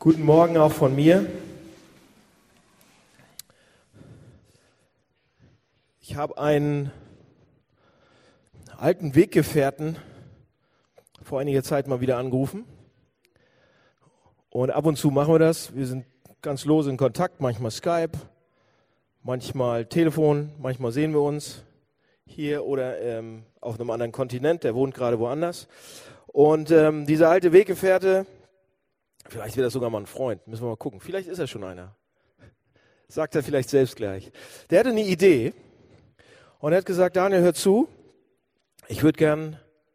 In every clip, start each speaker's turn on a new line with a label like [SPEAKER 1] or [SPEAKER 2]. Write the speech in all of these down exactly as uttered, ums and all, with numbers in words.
[SPEAKER 1] Guten Morgen auch von mir. Ich habe einen alten Weggefährten vor einiger Zeit mal wieder angerufen. Und ab und zu machen wir das. Wir sind ganz lose in Kontakt, manchmal Skype, manchmal Telefon, manchmal sehen wir uns hier oder ähm, auf einem anderen Kontinent. Der wohnt gerade woanders. Und ähm, dieser alte Weggefährte, vielleicht wird das sogar mal ein Freund, müssen wir mal gucken. Vielleicht ist er schon einer. Sagt er vielleicht selbst gleich. Der hatte eine Idee und er hat gesagt, Daniel, hör zu, ich würde gern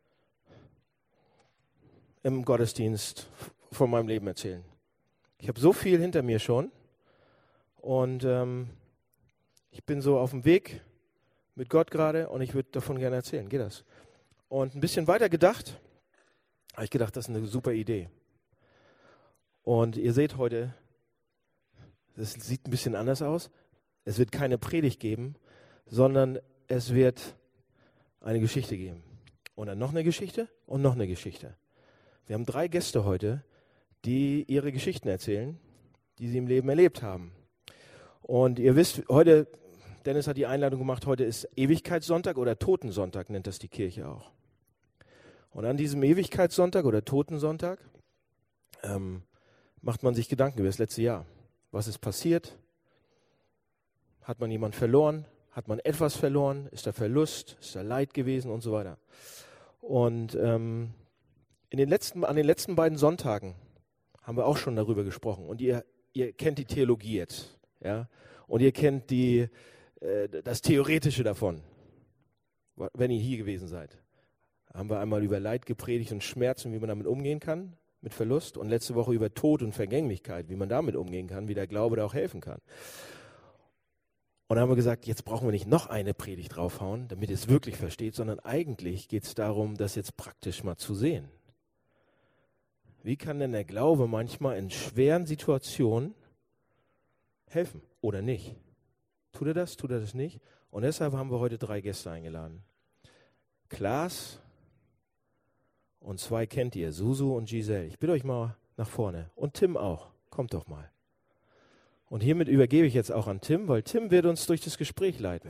[SPEAKER 1] im Gottesdienst von meinem Leben erzählen. Ich habe so viel hinter mir schon und ähm, ich bin so auf dem Weg mit Gott gerade und ich würde davon gerne erzählen. Geht das? Und ein bisschen weiter gedacht, habe ich gedacht, das ist eine super Idee. Und ihr seht heute, das sieht ein bisschen anders aus. Es wird keine Predigt geben, sondern es wird eine Geschichte geben. Und dann noch eine Geschichte und noch eine Geschichte. Wir haben drei Gäste heute, die ihre Geschichten erzählen, die sie im Leben erlebt haben. Und ihr wisst, heute, Dennis hat die Einladung gemacht, heute ist Ewigkeitssonntag oder Totensonntag, nennt das die Kirche auch. Und an diesem Ewigkeitssonntag oder Totensonntag ähm, macht man sich Gedanken über das letzte Jahr. Was ist passiert? Hat man jemanden verloren? Hat man etwas verloren? Ist da Verlust? Ist da Leid gewesen? Und so weiter. Und ähm, in den letzten, an den letzten beiden Sonntagen haben wir auch schon darüber gesprochen. Und ihr, ihr kennt die Theologie jetzt. Ja? Und ihr kennt die, äh, das Theoretische davon, wenn ihr hier gewesen seid. Haben wir einmal über Leid gepredigt und Schmerz und wie man damit umgehen kann, mit Verlust. Und letzte Woche über Tod und Vergänglichkeit, wie man damit umgehen kann, wie der Glaube da auch helfen kann. Und dann haben wir gesagt, jetzt brauchen wir nicht noch eine Predigt draufhauen, damit ihr es wirklich versteht, sondern eigentlich geht es darum, das jetzt praktisch mal zu sehen. Wie kann denn der Glaube manchmal in schweren Situationen helfen oder nicht? Tut er das, tut er das nicht? Und deshalb haben wir heute drei Gäste eingeladen. Klaas und zwei kennt ihr, Susu und Giselle. Ich bitte euch mal nach vorne. Und Tim auch. Kommt doch mal. Und hiermit übergebe ich jetzt auch an Tim, weil Tim wird uns durch das Gespräch leiten.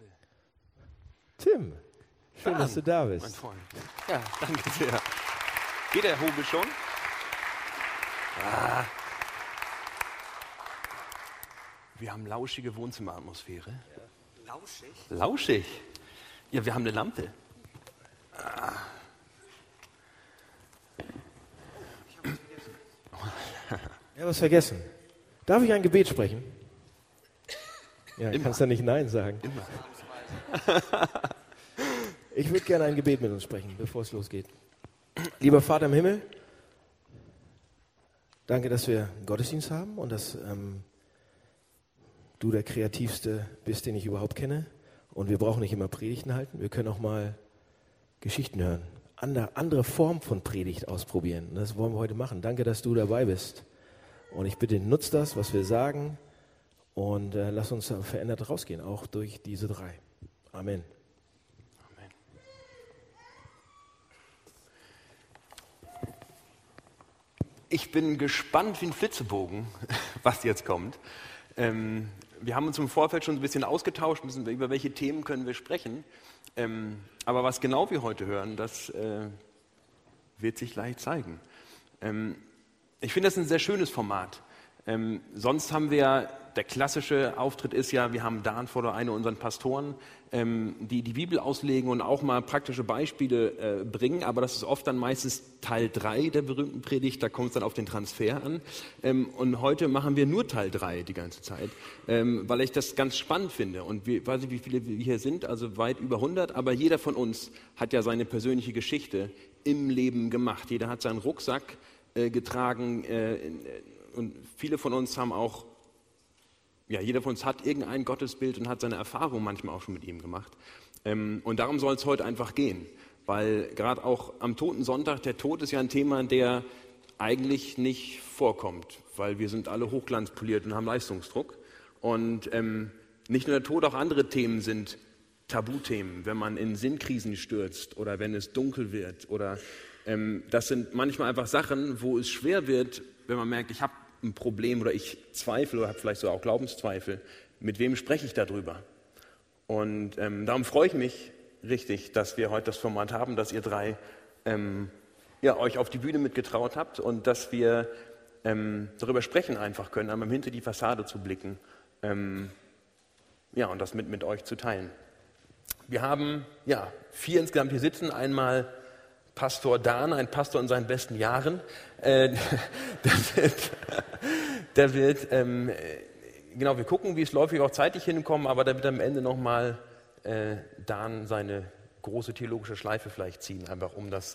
[SPEAKER 1] Tim, schön, dass du da bist.
[SPEAKER 2] Mein Freund. Ja, danke sehr. Geht der Hobel schon? Ah. Wir haben lauschige Wohnzimmeratmosphäre. Ja. Lauschig? Lauschig? Ja, wir haben eine Lampe. Ah.
[SPEAKER 1] Ich habe was vergessen. Darf ich ein Gebet sprechen? Ja,
[SPEAKER 2] Immer.
[SPEAKER 1] Kannst du nicht Nein sagen.
[SPEAKER 2] Immer.
[SPEAKER 1] Ich würde gerne ein Gebet mit uns sprechen, bevor es losgeht. Lieber Vater im Himmel, danke, dass wir einen Gottesdienst haben und dass ähm, du der Kreativste bist, den ich überhaupt kenne. Und wir brauchen nicht immer Predigten halten, wir können auch mal Geschichten hören. Andere, andere Form von Predigt ausprobieren. Und das wollen wir heute machen. Danke, dass du dabei bist. Und ich bitte, nutzt das, was wir sagen und äh, lass uns verändert rausgehen, auch durch diese drei. Amen.
[SPEAKER 2] Amen. Ich bin gespannt wie ein Flitzebogen, was jetzt kommt. Ähm, wir haben uns im Vorfeld schon ein bisschen ausgetauscht, müssen wir, über welche Themen können wir sprechen. Ähm, aber was genau wir heute hören, das äh, wird sich gleich zeigen. Ähm, Ich finde das ein sehr schönes Format. Ähm, sonst haben wir, der klassische Auftritt ist ja, wir haben Dan vor einer unseren Pastoren, ähm, die die Bibel auslegen und auch mal praktische Beispiele äh, bringen, aber das ist oft dann meistens Teil drei der berühmten Predigt, da kommt es dann auf den Transfer an. Ähm, und heute machen wir nur Teil drei die ganze Zeit, ähm, weil ich das ganz spannend finde. Und ich weiß nicht, wie viele wir hier sind, also weit über hundert, aber jeder von uns hat ja seine persönliche Geschichte im Leben gemacht. Jeder hat seinen Rucksack getragen äh, und viele von uns haben auch, ja, jeder von uns hat irgendein Gottesbild und hat seine Erfahrung manchmal auch schon mit ihm gemacht. Ähm, und darum soll es heute einfach gehen, weil gerade auch am Totensonntag, der Tod ist ja ein Thema, der eigentlich nicht vorkommt, weil wir sind alle hochglanzpoliert und haben Leistungsdruck. Und ähm, nicht nur der Tod, auch andere Themen sind Tabuthemen, wenn man in Sinnkrisen stürzt oder wenn es dunkel wird oder Ähm, das sind manchmal einfach Sachen, wo es schwer wird, wenn man merkt, ich habe ein Problem oder ich zweifle oder habe vielleicht so auch Glaubenszweifel, mit wem spreche ich darüber? Und ähm, darum freue ich mich richtig, dass wir heute das Format haben, dass ihr drei ähm, ja, euch auf die Bühne mitgetraut habt und dass wir ähm, darüber sprechen einfach können, einmal hinter die Fassade zu blicken ähm, ja, und das mit, mit euch zu teilen. Wir haben ja, vier insgesamt hier sitzen, einmal Pastor Dan, ein Pastor in seinen besten Jahren, äh, der wird, der wird ähm, genau, wir gucken, wie es läuft, wie wir auch zeitlich hinkommen, aber der wird am Ende nochmal äh, Dan seine große theologische Schleife vielleicht ziehen, einfach um das,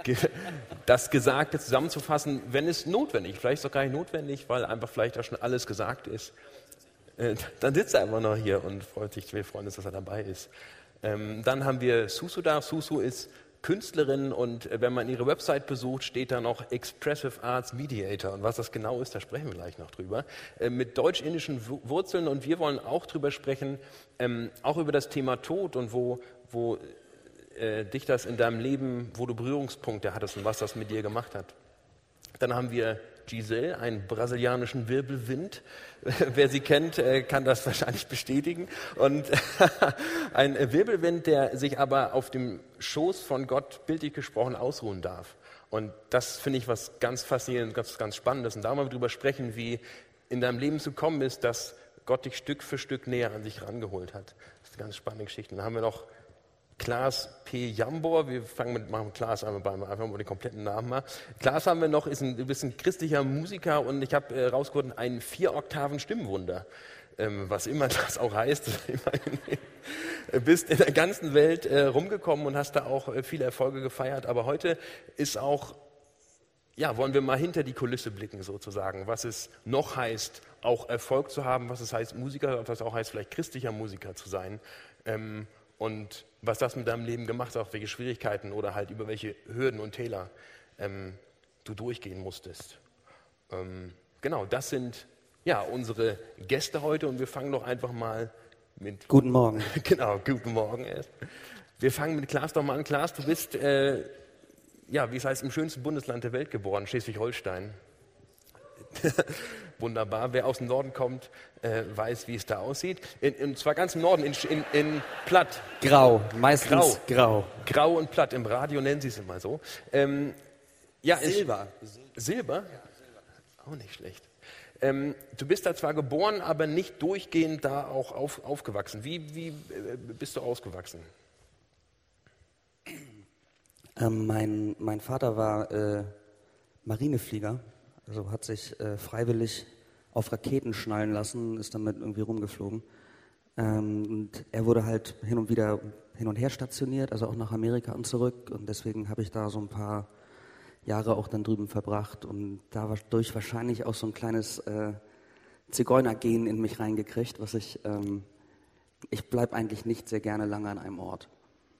[SPEAKER 2] das Gesagte zusammenzufassen, wenn es notwendig ist. Vielleicht ist es auch gar nicht notwendig, weil einfach vielleicht auch schon alles gesagt ist. Äh, dann sitzt er einfach noch hier und freut sich, wir freuen uns, dass er dabei ist. Ähm, dann haben wir Susu da. Susu ist Künstlerin und wenn man ihre Website besucht, steht da noch Expressive Arts Mediator. Und was das genau ist, da sprechen wir gleich noch drüber. Äh, mit deutsch-indischen Wurzeln und wir wollen auch drüber sprechen, ähm, auch über das Thema Tod und wo, wo äh, dich das in deinem Leben, wo du Berührungspunkte hattest und was das mit dir gemacht hat. Dann haben wir Giselle, einen brasilianischen Wirbelwind. Wer sie kennt, kann das wahrscheinlich bestätigen. Und ein Wirbelwind, der sich aber auf dem Schoß von Gott, bildlich gesprochen, ausruhen darf. Und das finde ich was ganz faszinierendes, ganz, ganz Spannendes. Und da wollen wir darüber sprechen, wie in deinem Leben zu kommen ist, dass Gott dich Stück für Stück näher an sich rangeholt hat. Das ist eine ganz spannende Geschichte. Dann haben wir noch Klaas P. Jambor, wir fangen mit, machen Klaas einmal beim, einfach mal den kompletten Namen mal. Klaas haben wir noch, ist ein, du bist ein christlicher Musiker und ich habe äh, rausgefunden, ein vier Oktaven Stimmwunder, ähm, was immer das auch heißt. Du bist in der ganzen Welt äh, rumgekommen und hast da auch äh, viele Erfolge gefeiert, aber heute ist auch, ja, wollen wir mal hinter die Kulisse blicken sozusagen, was es noch heißt, auch Erfolg zu haben, was es heißt, Musiker, was es auch heißt, vielleicht christlicher Musiker zu sein. Ähm, Und was das mit deinem Leben gemacht hat, auch welche Schwierigkeiten oder halt über welche Hürden und Täler ähm, du durchgehen musstest. Ähm, genau, das sind ja unsere Gäste heute und wir fangen doch einfach mal mit...
[SPEAKER 3] Guten Morgen.
[SPEAKER 2] Genau, guten Morgen erst. Wir fangen mit Klaas doch mal an. Klaas, du bist, äh, ja, wie es heißt, im schönsten Bundesland der Welt geboren, Schleswig-Holstein. Wunderbar. Wer aus dem Norden kommt, äh, weiß, wie es da aussieht. In, und zwar ganz im Norden, in, in, in Platt.
[SPEAKER 3] Grau, meistens grau.
[SPEAKER 2] Grau. Grau und Platt. Im Radio nennen sie es immer so. Ähm, ja,
[SPEAKER 3] Silber.
[SPEAKER 2] Silber? Ja, Silber. Auch nicht schlecht. Ähm, du bist da zwar geboren, aber nicht durchgehend da auch auf, aufgewachsen. Wie, wie äh, bist du ausgewachsen?
[SPEAKER 3] Ähm, mein, mein Vater war äh, Marineflieger. Also hat sich äh, freiwillig auf Raketen schnallen lassen, ist damit irgendwie rumgeflogen. Ähm, und er wurde halt hin und wieder hin und her stationiert, also auch nach Amerika und zurück. Und deswegen habe ich da so ein paar Jahre auch dann drüben verbracht und dadurch wahrscheinlich auch so ein kleines äh, Zigeunergen in mich reingekriegt, was ich, ähm, ich bleibe eigentlich nicht sehr gerne lange an einem Ort.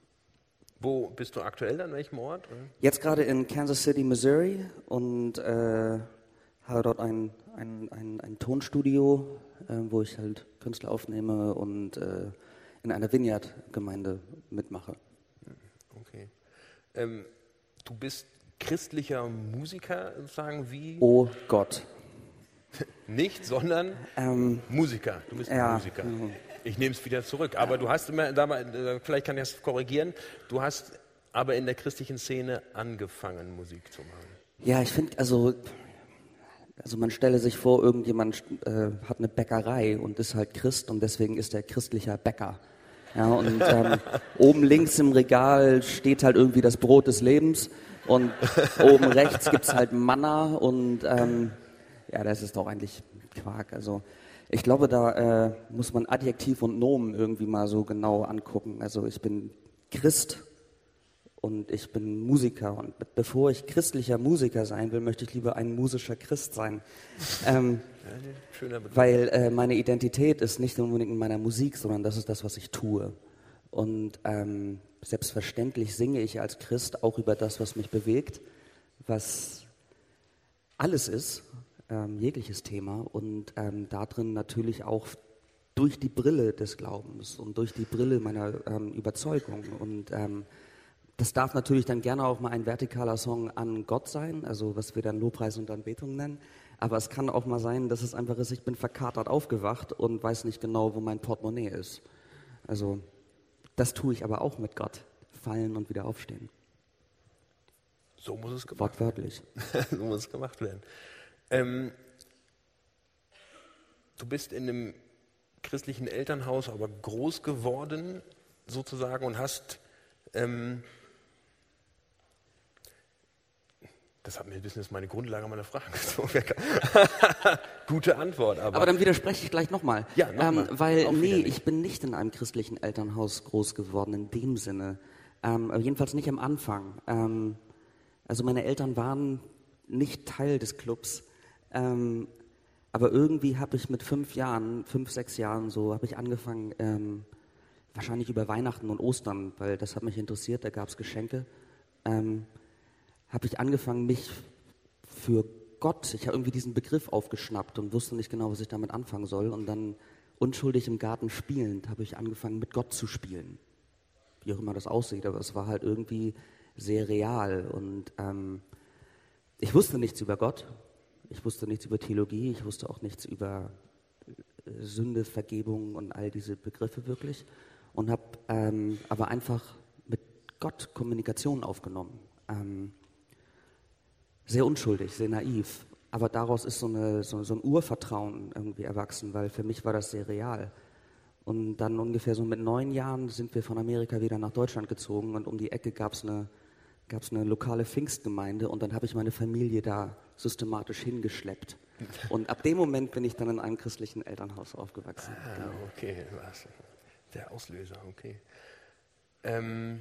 [SPEAKER 2] Wo bist du aktuell, an welchem Ort?
[SPEAKER 3] Jetzt gerade in Kansas City, Missouri und äh, habe dort ein, ein, ein, ein Tonstudio, äh, wo ich halt Künstler aufnehme und äh, in einer Vineyard-Gemeinde mitmache.
[SPEAKER 2] Okay. Ähm, du bist christlicher Musiker, sagen wie?
[SPEAKER 3] Oh Gott.
[SPEAKER 2] Nicht, sondern
[SPEAKER 3] ähm,
[SPEAKER 2] Musiker. Du bist
[SPEAKER 3] ja,
[SPEAKER 2] ein Musiker. Ich nehme es wieder zurück. Aber ja. du hast immer, vielleicht kann ich das korrigieren, du hast aber in der christlichen Szene angefangen, Musik zu machen.
[SPEAKER 3] Ja, ich finde, also, also man stelle sich vor, irgendjemand äh, hat eine Bäckerei und ist halt Christ und deswegen ist er christlicher Bäcker. Ja, und ähm, oben links im Regal steht halt irgendwie das Brot des Lebens und oben rechts gibt es halt Manna und ähm, ja, das ist doch eigentlich Quark. Also ich glaube, da äh, muss man Adjektiv und Nomen irgendwie mal so genau angucken. Also ich bin Christ und ich bin Musiker und bevor ich christlicher Musiker sein will, möchte ich lieber ein musischer Christ sein. Ähm, weil äh, meine Identität ist nicht unbedingt in meiner Musik, sondern das ist das, was ich tue. Und ähm, selbstverständlich singe ich als Christ auch über das, was mich bewegt, was alles ist, ähm, jegliches Thema und ähm, darin natürlich auch durch die Brille des Glaubens und durch die Brille meiner ähm, Überzeugung. Und ähm, Das darf natürlich dann gerne auch mal ein vertikaler Song an Gott sein, also was wir dann Lobpreis und Anbetung nennen. Aber es kann auch mal sein, dass es einfach ist, ich bin verkatert aufgewacht und weiß nicht genau, wo mein Portemonnaie ist. Also das tue ich aber auch mit Gott. Fallen und wieder aufstehen.
[SPEAKER 2] So muss es gemacht
[SPEAKER 3] Wortwörtlich.
[SPEAKER 2] werden. So muss es gemacht werden. Ähm, du bist in einem christlichen Elternhaus aber groß geworden, sozusagen, und hast... Ähm, Das hat mir ein bisschen, das ist meine Grundlage meiner Frage. Gute Antwort, aber.
[SPEAKER 3] Aber dann widerspreche ich gleich nochmal.
[SPEAKER 2] Ja, nochmal.
[SPEAKER 3] Ähm, weil,
[SPEAKER 2] Auch
[SPEAKER 3] nee,
[SPEAKER 2] wieder nicht.
[SPEAKER 3] ich bin nicht in einem christlichen Elternhaus groß geworden, in dem Sinne. Ähm, aber jedenfalls nicht am Anfang. Ähm, also meine Eltern waren nicht Teil des Clubs. Ähm, aber irgendwie habe ich mit fünf Jahren, fünf, sechs Jahren so, habe ich angefangen, ähm, wahrscheinlich über Weihnachten und Ostern, weil das hat mich interessiert, da gab es Geschenke. Ähm, habe ich angefangen, mich für Gott, ich habe irgendwie diesen Begriff aufgeschnappt und wusste nicht genau, was ich damit anfangen soll. Und dann unschuldig im Garten spielend habe ich angefangen, mit Gott zu spielen. Wie auch immer das aussieht, aber es war halt irgendwie sehr real. Und ähm, ich wusste nichts über Gott, ich wusste nichts über Theologie, ich wusste auch nichts über Sünde, Vergebung und all diese Begriffe wirklich. Und habe ähm, aber einfach mit Gott Kommunikation aufgenommen. Ähm, Sehr unschuldig, sehr naiv. Aber daraus ist so, eine, so, so ein Urvertrauen irgendwie erwachsen, weil für mich war das sehr real. Und dann ungefähr so mit neun Jahren sind wir von Amerika wieder nach Deutschland gezogen und um die Ecke gab es eine, gab's eine lokale Pfingstgemeinde und dann habe ich meine Familie da systematisch hingeschleppt. Und ab dem Moment bin ich dann in einem christlichen Elternhaus aufgewachsen.
[SPEAKER 2] Ah,
[SPEAKER 3] Genau.
[SPEAKER 2] okay, was? Der Auslöser, okay. Ähm...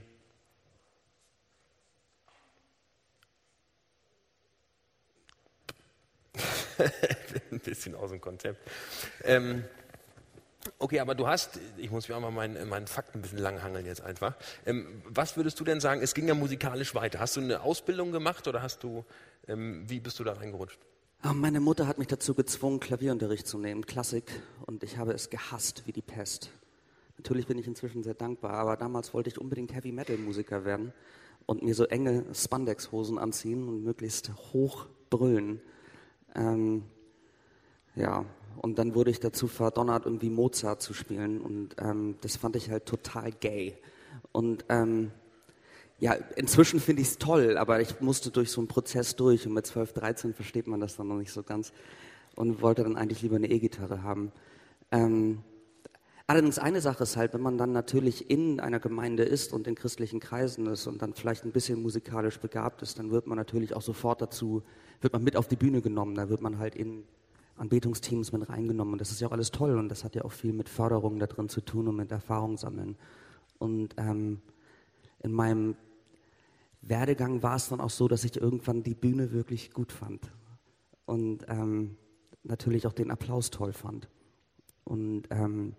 [SPEAKER 2] Ich bin ein bisschen aus dem Konzept. Ähm, okay, aber du hast, ich muss mich auch mal meinen, meinen Fakten ein bisschen langhangeln jetzt einfach. Ähm, was würdest du denn sagen, es ging ja musikalisch weiter. Hast du eine Ausbildung gemacht oder hast du, ähm, wie bist du da reingerutscht?
[SPEAKER 3] Ah, meine Mutter hat mich dazu gezwungen, Klavierunterricht zu nehmen, Klassik, und ich habe es gehasst wie die Pest. Natürlich bin ich inzwischen sehr dankbar, aber damals wollte ich unbedingt Heavy-Metal-Musiker werden und mir so enge Spandex-Hosen anziehen und möglichst hoch brüllen. Ähm, ja, und dann wurde ich dazu verdonnert, irgendwie Mozart zu spielen und ähm, das fand ich halt total gay. Und ähm, ja, inzwischen finde ich es toll, aber ich musste durch so einen Prozess durch und mit zwölf, dreizehn versteht man das dann noch nicht so ganz und wollte dann eigentlich lieber eine E-Gitarre haben. Ähm, allerdings eine Sache ist halt, wenn man dann natürlich in einer Gemeinde ist und in christlichen Kreisen ist und dann vielleicht ein bisschen musikalisch begabt ist, dann wird man natürlich auch sofort dazu, wird man mit auf die Bühne genommen, da wird man halt in Anbetungsteams mit reingenommen und das ist ja auch alles toll und das hat ja auch viel mit Förderung da drin zu tun und mit Erfahrung sammeln. Und ähm, in meinem Werdegang war es dann auch so, dass ich irgendwann die Bühne wirklich gut fand und ähm, natürlich auch den Applaus toll fand. Und ähm,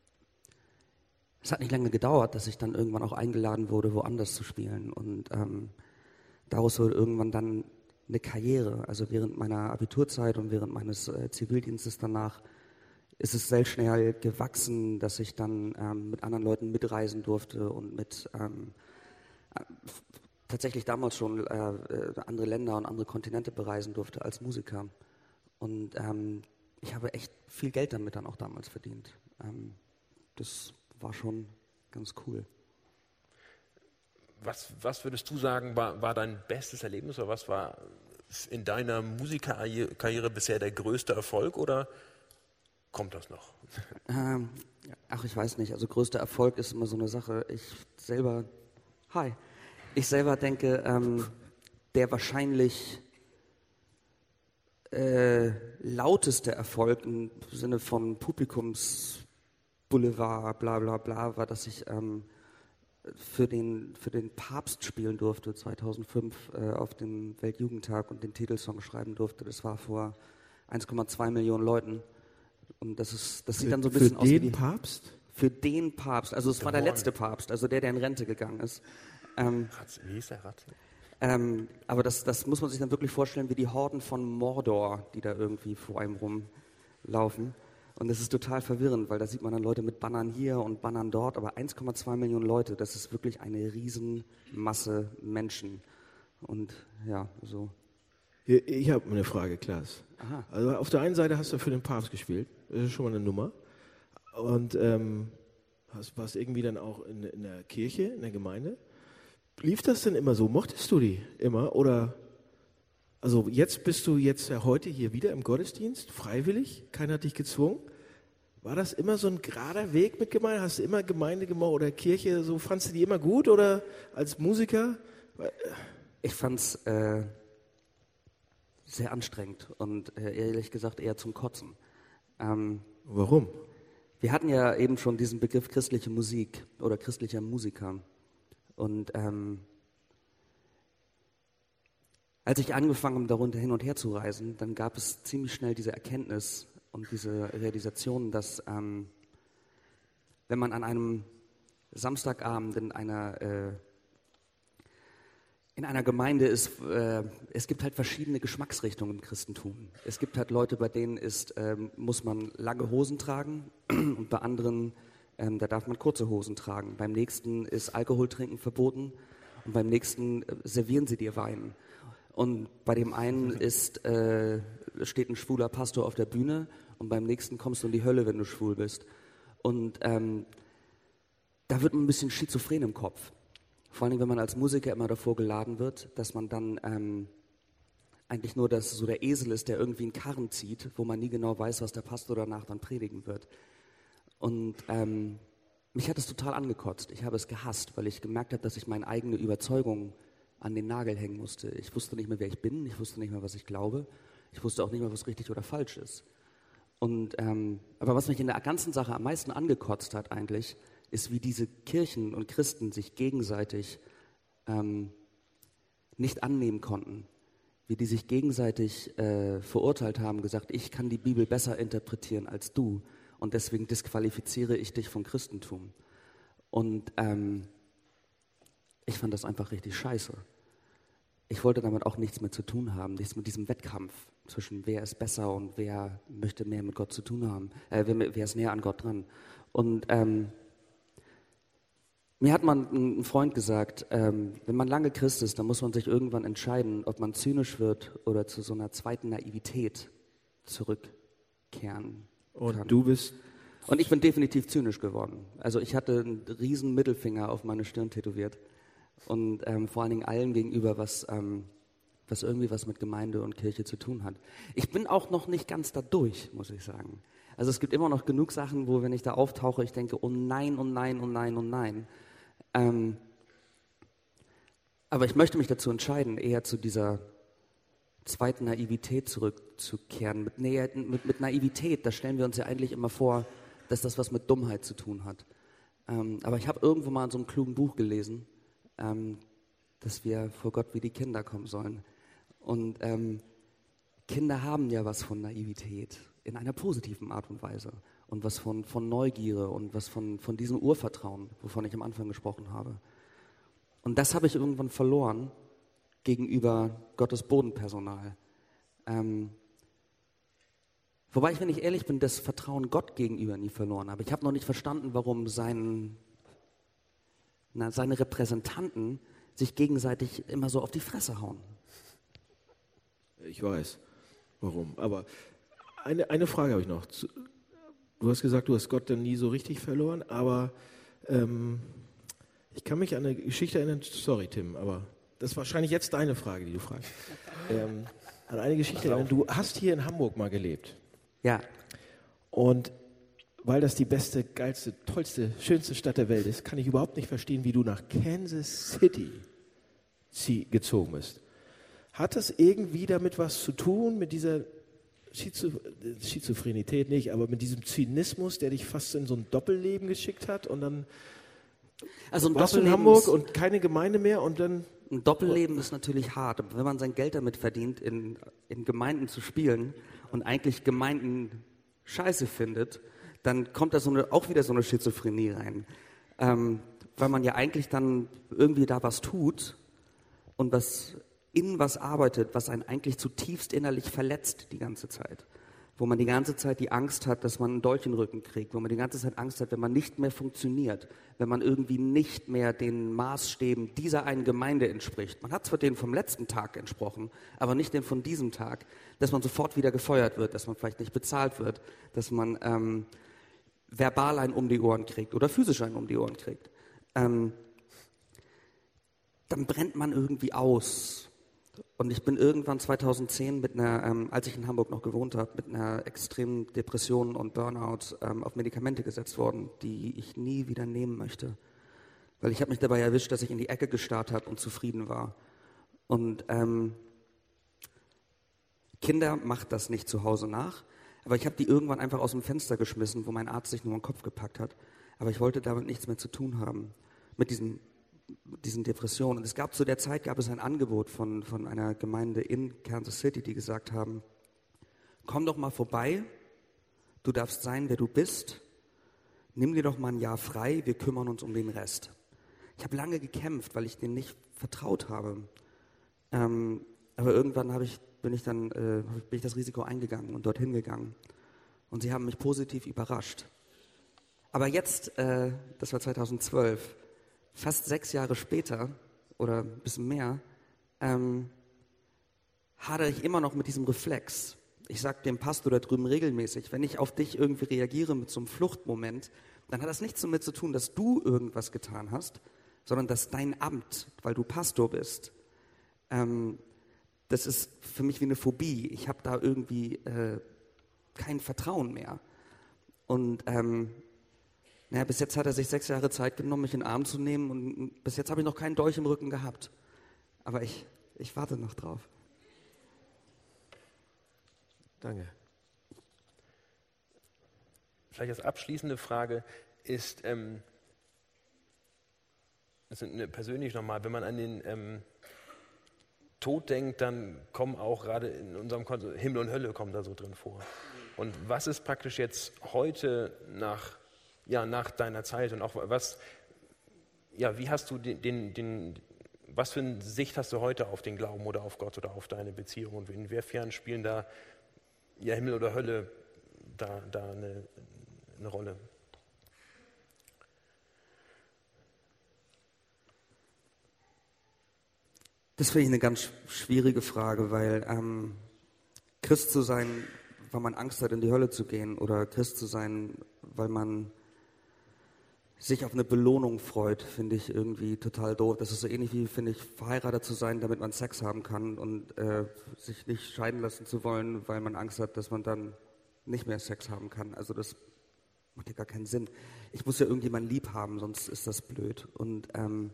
[SPEAKER 3] es hat nicht lange gedauert, dass ich dann irgendwann auch eingeladen wurde, woanders zu spielen. Und ähm, daraus wurde irgendwann dann eine Karriere. Also während meiner Abiturzeit und während meines äh, Zivildienstes danach ist es sehr schnell gewachsen, dass ich dann ähm, mit anderen Leuten mitreisen durfte und mit ähm, äh, tatsächlich damals schon äh, andere Länder und andere Kontinente bereisen durfte als Musiker. Und ähm, ich habe echt viel Geld damit dann auch damals verdient. Ähm, das war schon ganz cool.
[SPEAKER 2] Was, was würdest du sagen, war, war dein bestes Erlebnis oder was war in deiner Musikkarriere bisher der größte Erfolg oder kommt das noch?
[SPEAKER 3] Ähm, ach, ich weiß nicht. Also größter Erfolg ist immer so eine Sache. Ich selber, hi, ich selber denke, ähm, der wahrscheinlich äh, lauteste Erfolg im Sinne von Publikumsboulevard, bla bla bla, war, dass ich ähm, für den, für den Papst spielen durfte, zweitausendfünf äh, auf dem Weltjugendtag und den Titelsong schreiben durfte. Das war vor eins Komma zwei Millionen Leuten. Und das ist, das sieht
[SPEAKER 1] Für,
[SPEAKER 3] dann so ein bisschen
[SPEAKER 1] für
[SPEAKER 3] aus wie
[SPEAKER 1] den
[SPEAKER 3] die,
[SPEAKER 1] Papst?
[SPEAKER 3] Für den Papst. Also es
[SPEAKER 2] Der
[SPEAKER 3] war der
[SPEAKER 2] Morgen.
[SPEAKER 3] letzte Papst, also der, der in Rente gegangen ist. Ähm,
[SPEAKER 2] Ratz, wie hieß der Ratz?
[SPEAKER 3] ähm, aber das, das muss man sich dann wirklich vorstellen, wie die Horden von Mordor, die da irgendwie vor einem rumlaufen. Und das ist total verwirrend, weil da sieht man dann Leute mit Bannern hier und Bannern dort, aber eins Komma zwei Millionen Leute, das ist wirklich eine Riesenmasse Menschen. Und ja, so.
[SPEAKER 1] Ich habe eine Frage, Klaas.
[SPEAKER 3] Aha.
[SPEAKER 1] Also auf der einen Seite hast du für den Papst gespielt, das ist schon mal eine Nummer. Und ähm, hast, warst irgendwie dann auch in, in der Kirche, in der Gemeinde. Lief das denn immer so? Mochtest du die immer? Oder, also jetzt bist du jetzt ja heute hier wieder im Gottesdienst, freiwillig, keiner hat dich gezwungen. War das immer so ein gerader Weg mit Gemeinde? Hast du immer Gemeinde gemacht oder Kirche, so fandst du die immer gut oder als Musiker?
[SPEAKER 3] Ich fand's äh, sehr anstrengend und äh, ehrlich gesagt eher zum Kotzen. Ähm,
[SPEAKER 1] Warum?
[SPEAKER 3] Wir hatten ja eben schon diesen Begriff christliche Musik oder christlicher Musiker. Und ähm, als ich angefangen habe, darunter hin und her zu reisen, dann gab es ziemlich schnell diese Erkenntnis und diese Realisation, dass ähm, wenn man an einem Samstagabend in einer äh, in einer Gemeinde ist, äh, es gibt halt verschiedene Geschmacksrichtungen im Christentum. Es gibt halt Leute, bei denen ist, äh, muss man lange Hosen tragen und bei anderen, ähm, da darf man kurze Hosen tragen. Beim nächsten ist Alkohol trinken verboten und beim nächsten äh, servieren sie dir Wein. Und bei dem einen ist, äh, steht ein schwuler Pastor auf der Bühne und beim nächsten kommst du in die Hölle, wenn du schwul bist. Und ähm, da wird man ein bisschen schizophren im Kopf. Vor allem, wenn man als Musiker immer davor geladen wird, dass man dann ähm, eigentlich nur das, so der Esel ist, der irgendwie einen Karren zieht, wo man nie genau weiß, was der Pastor danach dann predigen wird. Und ähm, mich hat es total angekotzt. Ich habe es gehasst, weil ich gemerkt habe, dass ich meine eigene Überzeugung an den Nagel hängen musste. Ich wusste nicht mehr, wer ich bin. Ich wusste nicht mehr, was ich glaube. Ich wusste auch nicht mehr, was richtig oder falsch ist. Und ähm, aber was mich in der ganzen Sache am meisten angekotzt hat eigentlich, ist, wie diese Kirchen und Christen sich gegenseitig ähm, nicht annehmen konnten. Wie die sich gegenseitig äh, verurteilt haben, gesagt, ich kann die Bibel besser interpretieren als du und deswegen disqualifiziere ich dich vom Christentum. Und ähm, ich fand das einfach richtig scheiße. Ich wollte damit auch nichts mehr zu tun haben, nichts mit diesem Wettkampf zwischen wer ist besser und wer möchte mehr mit Gott zu tun haben, äh, wer, wer ist näher an Gott dran. Und ähm, mir hat mal ein Freund gesagt, ähm, wenn man lange Christ ist, dann muss man sich irgendwann entscheiden, ob man zynisch wird oder zu so einer zweiten Naivität zurückkehren
[SPEAKER 1] Und
[SPEAKER 3] kann.
[SPEAKER 1] du bist...
[SPEAKER 3] Und ich bin definitiv zynisch geworden. Also ich hatte einen riesen Mittelfinger auf meine Stirn tätowiert und ähm, vor allen Dingen allen gegenüber, was, ähm, was irgendwie was mit Gemeinde und Kirche zu tun hat. Ich bin auch noch nicht ganz da durch, muss ich sagen. Also es gibt immer noch genug Sachen, wo, wenn ich da auftauche, ich denke, oh nein, oh nein, oh nein, oh nein. Ähm, aber ich möchte mich dazu entscheiden, eher zu dieser zweiten Naivität zurückzukehren. Mit, mit, mit Naivität, da stellen wir uns ja eigentlich immer vor, dass das was mit Dummheit zu tun hat. Ähm, aber ich habe irgendwo mal in so einem klugen Buch gelesen, ähm, dass wir vor Gott wie die Kinder kommen sollen. Und ähm, Kinder haben ja was von Naivität, in einer positiven Art und Weise. Und was von, von Neugierde und was von, von diesem Urvertrauen, wovon ich am Anfang gesprochen habe. Und das habe ich irgendwann verloren gegenüber Gottes Bodenpersonal. Ähm, wobei ich, wenn ich ehrlich bin, das Vertrauen Gott gegenüber nie verloren habe. Ich habe noch nicht verstanden, warum sein, na, seine Repräsentanten sich gegenseitig immer so auf die Fresse hauen.
[SPEAKER 1] Ich weiß, warum. Aber eine, eine Frage habe ich noch. Du hast gesagt, du hast Gott dann nie so richtig verloren, aber ähm, ich kann mich an eine Geschichte erinnern, sorry Tim, aber das ist wahrscheinlich jetzt deine Frage, die du fragst. Ähm, an eine Geschichte erinnern, du hast hier in Hamburg mal gelebt.
[SPEAKER 3] Ja.
[SPEAKER 1] Und weil das die beste, geilste, tollste, schönste Stadt der Welt ist, kann ich überhaupt nicht verstehen, wie du nach Kansas City gezogen bist. Hat das irgendwie damit was zu tun, mit dieser Schizophrenität nicht, aber mit diesem Zynismus, der dich fast in so ein Doppelleben geschickt hat und dann
[SPEAKER 3] also ein
[SPEAKER 1] warst du in Hamburg und keine Gemeinde mehr und dann...
[SPEAKER 3] Ein Doppelleben ist natürlich hart, aber wenn man sein Geld damit verdient, in, in Gemeinden zu spielen und eigentlich Gemeinden scheiße findet, dann kommt da so eine, auch wieder so eine Schizophrenie rein. Ähm, weil man ja eigentlich dann irgendwie da was tut und was in was arbeitet, was einen eigentlich zutiefst innerlich verletzt die ganze Zeit. wo man die ganze Zeit die Angst hat, dass man einen Dolch in den Rücken kriegt, wo man die ganze Zeit Angst hat, wenn man nicht mehr funktioniert, wenn man irgendwie nicht mehr den Maßstäben dieser einen Gemeinde entspricht. Man hat zwar den vom letzten Tag entsprochen, aber nicht den von diesem Tag, dass man sofort wieder gefeuert wird, dass man vielleicht nicht bezahlt wird, dass man ähm, verbal einen um die Ohren kriegt oder physisch einen um die Ohren kriegt. Ähm, dann brennt man irgendwie aus. Und ich bin irgendwann zweitausendzehn, mit einer, ähm, als ich in Hamburg noch gewohnt habe, mit einer extremen Depression und Burnout ähm, auf Medikamente gesetzt worden, die ich nie wieder nehmen möchte. Weil ich habe mich dabei erwischt, dass ich in die Ecke gestarrt habe und zufrieden war. Und ähm, Kinder macht das nicht zu Hause nach, aber ich habe die irgendwann einfach aus dem Fenster geschmissen, wo mein Arzt sich nur den Kopf gepackt hat. Aber ich wollte damit nichts mehr zu tun haben, mit diesen diesen Depressionen. Und es gab zu der Zeit, gab es ein Angebot von, von einer Gemeinde in Kansas City, die gesagt haben, komm doch mal vorbei, du darfst sein, wer du bist, nimm dir doch mal ein Jahr frei, wir kümmern uns um den Rest. Ich habe lange gekämpft, weil ich denen nicht vertraut habe. Ähm, aber irgendwann habe ich, bin, ich dann, äh, bin ich das Risiko eingegangen und dorthin gegangen. Und sie haben mich positiv überrascht. Aber jetzt, äh, das war zweitausendzwölf, fast sechs Jahre später oder ein bisschen mehr, ähm, hadere ich immer noch mit diesem Reflex. Ich sage dem Pastor da drüben regelmäßig, wenn ich auf dich irgendwie reagiere mit so einem Fluchtmoment, dann hat das nichts damit zu tun, dass du irgendwas getan hast, sondern dass dein Amt, weil du Pastor bist, ähm, das ist für mich wie eine Phobie. Ich habe da irgendwie äh, kein Vertrauen mehr. Und ähm, Naja, bis jetzt hat er sich sechs Jahre Zeit genommen, mich in den Arm zu nehmen und bis jetzt habe ich noch keinen Dolch im Rücken gehabt. Aber ich, ich warte noch drauf.
[SPEAKER 2] Danke. Vielleicht als abschließende Frage ist, ähm, das ist eine persönlich nochmal, wenn man an den ähm, Tod denkt, dann kommen auch gerade in unserem Kontext, Himmel und Hölle kommen da so drin vor. Und was ist praktisch jetzt heute nach Ja, nach deiner Zeit und auch was, ja, wie hast du den, den, den, was für eine Sicht hast du heute auf den Glauben oder auf Gott oder auf deine Beziehung und inwiefern spielen da ja, Himmel oder Hölle da, da eine, eine Rolle?
[SPEAKER 3] Das finde ich eine ganz schwierige Frage, weil ähm, Christ zu sein, weil man Angst hat, in die Hölle zu gehen, oder Christ zu sein, weil man sich auf eine Belohnung freut, finde ich irgendwie total doof. Das ist so ähnlich wie, finde ich, verheiratet zu sein, damit man Sex haben kann und äh, sich nicht scheiden lassen zu wollen, weil man Angst hat, dass man dann nicht mehr Sex haben kann. Also das macht ja gar keinen Sinn. Ich muss ja irgendjemanden lieb haben, sonst ist das blöd. Und ähm,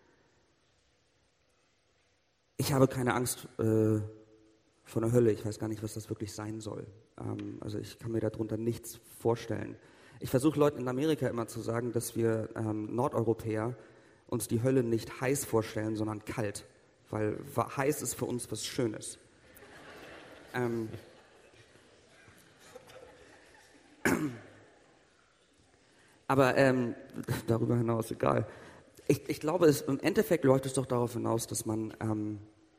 [SPEAKER 3] ich habe keine Angst äh, vor der Hölle. Ich weiß gar nicht, was das wirklich sein soll. Ähm, also ich kann mir darunter nichts vorstellen. Ich versuche Leuten in Amerika immer zu sagen, dass wir ähm, Nordeuropäer uns die Hölle nicht heiß vorstellen, sondern kalt. Weil heiß ist für uns was Schönes. Ähm, aber ähm, darüber hinaus egal. Ich, ich glaube, es, im Endeffekt läuft es doch darauf hinaus, dass man, ähm,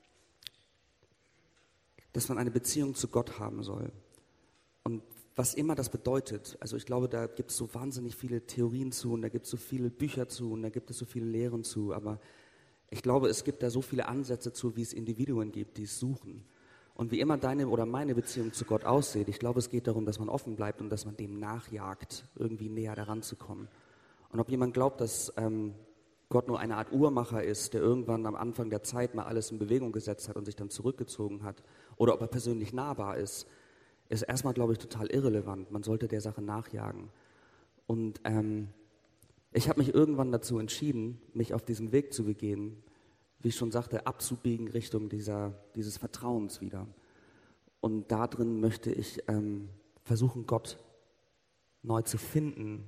[SPEAKER 3] dass man eine Beziehung zu Gott haben soll. Und was immer das bedeutet, also ich glaube, da gibt es so wahnsinnig viele Theorien zu und da gibt es so viele Bücher zu und da gibt es so viele Lehren zu, aber ich glaube, es gibt da so viele Ansätze zu, wie es Individuen gibt, die es suchen. Und wie immer deine oder meine Beziehung zu Gott aussieht, ich glaube, es geht darum, dass man offen bleibt und dass man dem nachjagt, irgendwie näher daran zu kommen. Und ob jemand glaubt, dass ähm, Gott nur eine Art Uhrmacher ist, der irgendwann am Anfang der Zeit mal alles in Bewegung gesetzt hat und sich dann zurückgezogen hat, oder ob er persönlich nahbar ist, ist erstmal, glaube ich, total irrelevant. Man sollte der Sache nachjagen. Und ähm, ich habe mich irgendwann dazu entschieden, mich auf diesen Weg zu begehen, wie ich schon sagte, abzubiegen Richtung dieser, dieses Vertrauens wieder. Und da drin möchte ich ähm, versuchen, Gott neu zu finden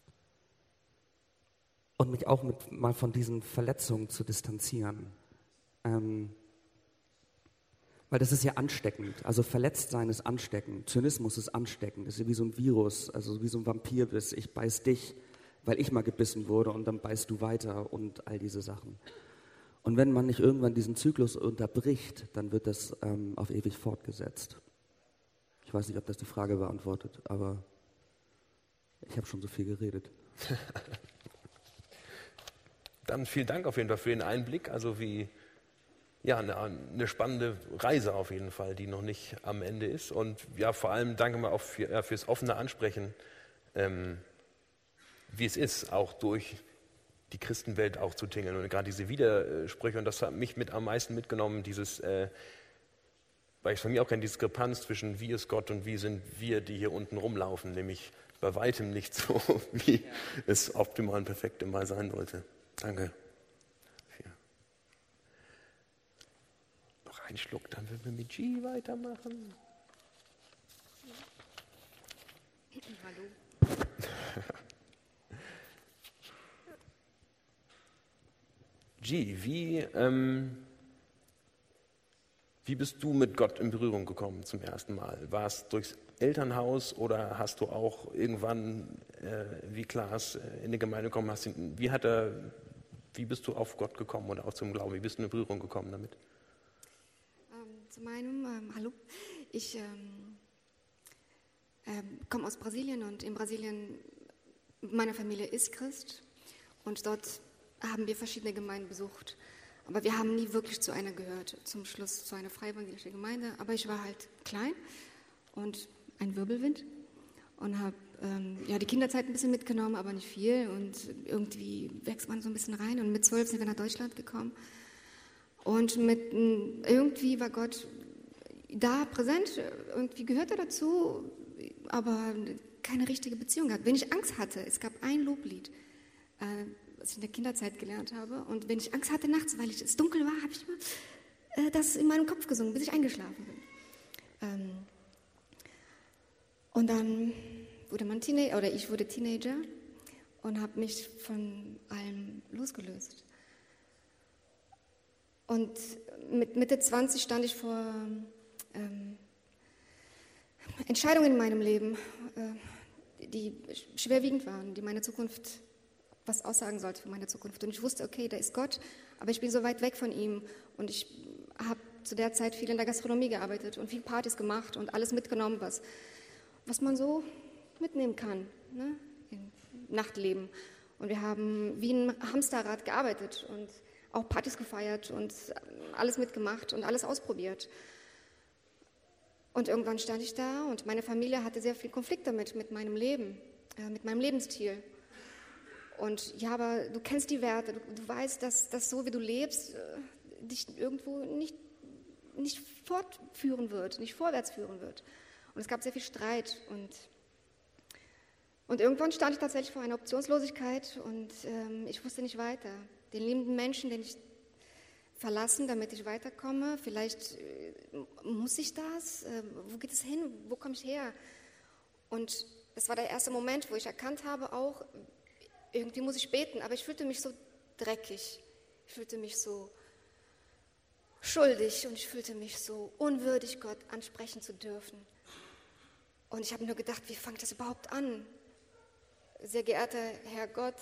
[SPEAKER 3] und mich auch mit, mal von diesen Verletzungen zu distanzieren. Ähm, Weil das ist ja ansteckend. Also Verletztsein ist ansteckend. Zynismus ist ansteckend. Das ist wie so ein Virus, also wie so ein Vampir bist. Ich beiß dich, weil ich mal gebissen wurde und dann beißt du weiter und all diese Sachen. Und wenn man nicht irgendwann diesen Zyklus unterbricht, dann wird das ähm, auf ewig fortgesetzt. Ich Ich weiß nicht, ob das die Frage beantwortet, aber ich habe schon so viel geredet.
[SPEAKER 2] Dann vielen Dank auf jeden Fall für den Einblick. Also wie ja eine, eine spannende Reise auf jeden Fall, die noch nicht am Ende ist. Und ja, vor allem danke mal auch für, ja, fürs offene Ansprechen, ähm, wie es ist, auch durch die Christenwelt auch zu tingeln. Und gerade diese Widersprüche, und das hat mich mit am meisten mitgenommen, dieses, äh, weil ich von mir auch kenne, die Diskrepanz zwischen wie ist Gott und wie sind wir, die hier unten rumlaufen, nämlich bei weitem nicht so, wie ja. es optimal und perfekt immer sein sollte. Danke. Ja. Noch einen Schluck, dann würden wir mit G weitermachen.
[SPEAKER 4] Hallo.
[SPEAKER 2] G, wie, ähm, wie bist du mit Gott in Berührung gekommen zum ersten Mal? War es durchs Elternhaus oder hast du auch irgendwann, äh, wie Klaas, äh, in die Gemeinde gekommen? Hast, wie, hat er, wie bist du auf Gott gekommen oder auch zum Glauben? Wie bist du in Berührung gekommen damit?
[SPEAKER 4] Ähm, zu meinem, ähm, hallo, ich ähm, ähm, komme aus Brasilien und in Brasilien, meine Familie ist Christ und dort haben wir verschiedene Gemeinden besucht. Aber wir haben nie wirklich zu einer gehört, zum Schluss zu einer freie evangelischen Gemeinde. Aber ich war halt klein und ein Wirbelwind und habe ähm, ja, die Kinderzeit ein bisschen mitgenommen, aber nicht viel. Und irgendwie wächst man so ein bisschen rein. Und mit zwölf sind wir nach Deutschland gekommen. Und mit, irgendwie war Gott da präsent, irgendwie gehört er dazu, aber keine richtige Beziehung gehabt. Wenn ich Angst hatte, es gab ein Loblied, äh, was ich in der Kinderzeit gelernt habe. Und wenn ich Angst hatte nachts, weil es dunkel war, habe ich immer äh, das in meinem Kopf gesungen, bis ich eingeschlafen bin. Ähm, und dann wurde man Teenager, oder ich wurde Teenager und habe mich von allem losgelöst. Und mit Mitte zwanzig stand ich vor ähm, Entscheidungen in meinem Leben, äh, die schwerwiegend waren, die meine Zukunft was aussagen sollte für meine Zukunft. Und ich wusste, okay, da ist Gott, aber ich bin so weit weg von ihm. Und ich habe zu der Zeit viel in der Gastronomie gearbeitet und viel Partys gemacht und alles mitgenommen, was, was man so mitnehmen kann, ne? Im Nachtleben. Und wir haben wie ein Hamsterrad gearbeitet und auch Partys gefeiert und alles mitgemacht und alles ausprobiert. Und irgendwann stand ich da und meine Familie hatte sehr viel Konflikt damit, mit meinem Leben, äh, mit meinem Lebensstil. Und ja, aber du kennst die Werte, du, du weißt, dass das so, wie du lebst, äh, dich irgendwo nicht, nicht fortführen wird, nicht vorwärts führen wird. Und es gab sehr viel Streit. Und, und irgendwann stand ich tatsächlich vor einer Optionslosigkeit und ähm, ich wusste nicht weiter. Den liebenden Menschen, den ich verlassen, damit ich weiterkomme, vielleicht äh, muss ich das, äh, wo geht es hin, wo komme ich her? Und das war der erste Moment, wo ich erkannt habe auch, irgendwie muss ich beten, aber ich fühlte mich so dreckig, ich fühlte mich so schuldig und ich fühlte mich so unwürdig, Gott ansprechen zu dürfen. Und ich habe nur gedacht, wie fange ich das überhaupt an? Sehr geehrter Herr Gott,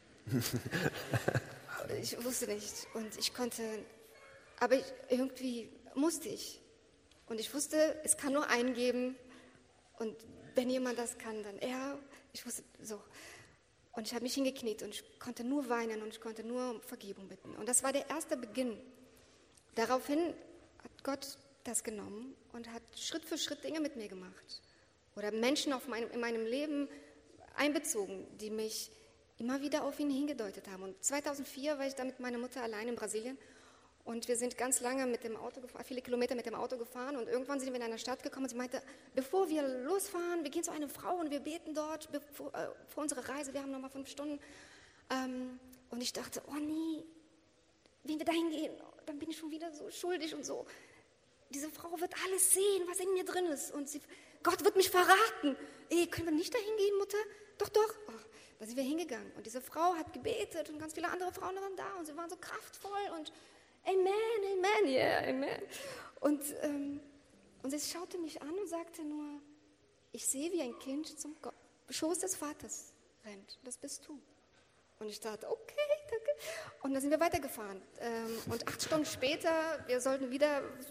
[SPEAKER 4] ich wusste nicht und ich konnte, aber ich, irgendwie musste ich. Und ich wusste, es kann nur einen geben und wenn jemand das kann, dann er. Ich wusste so. Und ich habe mich hingekniet und ich konnte nur weinen und ich konnte nur um Vergebung bitten. Und das war der erste Beginn. Daraufhin hat Gott das genommen und hat Schritt für Schritt Dinge mit mir gemacht. Oder Menschen auf meinem, in meinem Leben einbezogen, die mich immer wieder auf ihn hingedeutet haben. Und zweitausendvier war ich da mit meiner Mutter allein in Brasilien. Und wir sind ganz lange mit dem Auto gefahren, viele Kilometer mit dem Auto gefahren. Und irgendwann sind wir in einer Stadt gekommen und sie meinte, bevor wir losfahren, wir gehen zu einer Frau und wir beten dort bevor, äh, vor unserer Reise. Wir haben nochmal fünf Stunden. Ähm, und ich dachte, oh nee, wenn wir dahin gehen, dann bin ich schon wieder so schuldig und so. Diese Frau wird alles sehen, was in mir drin ist. Und sie, Gott wird mich verraten. Ey, können wir nicht dahin gehen, Mutter? Doch, doch. Oh, da sind wir hingegangen. Und diese Frau hat gebetet und ganz viele andere Frauen waren da. Und sie waren so kraftvoll und Amen, Amen, yeah, Amen. Und, ähm, und sie schaute mich an und sagte nur, ich sehe, wie ein Kind zum Go- Schoß des Vaters rennt. Das bist du. Und ich dachte, okay, danke. Und dann sind wir weitergefahren. Ähm, und acht Stunden später, wir sollten wieder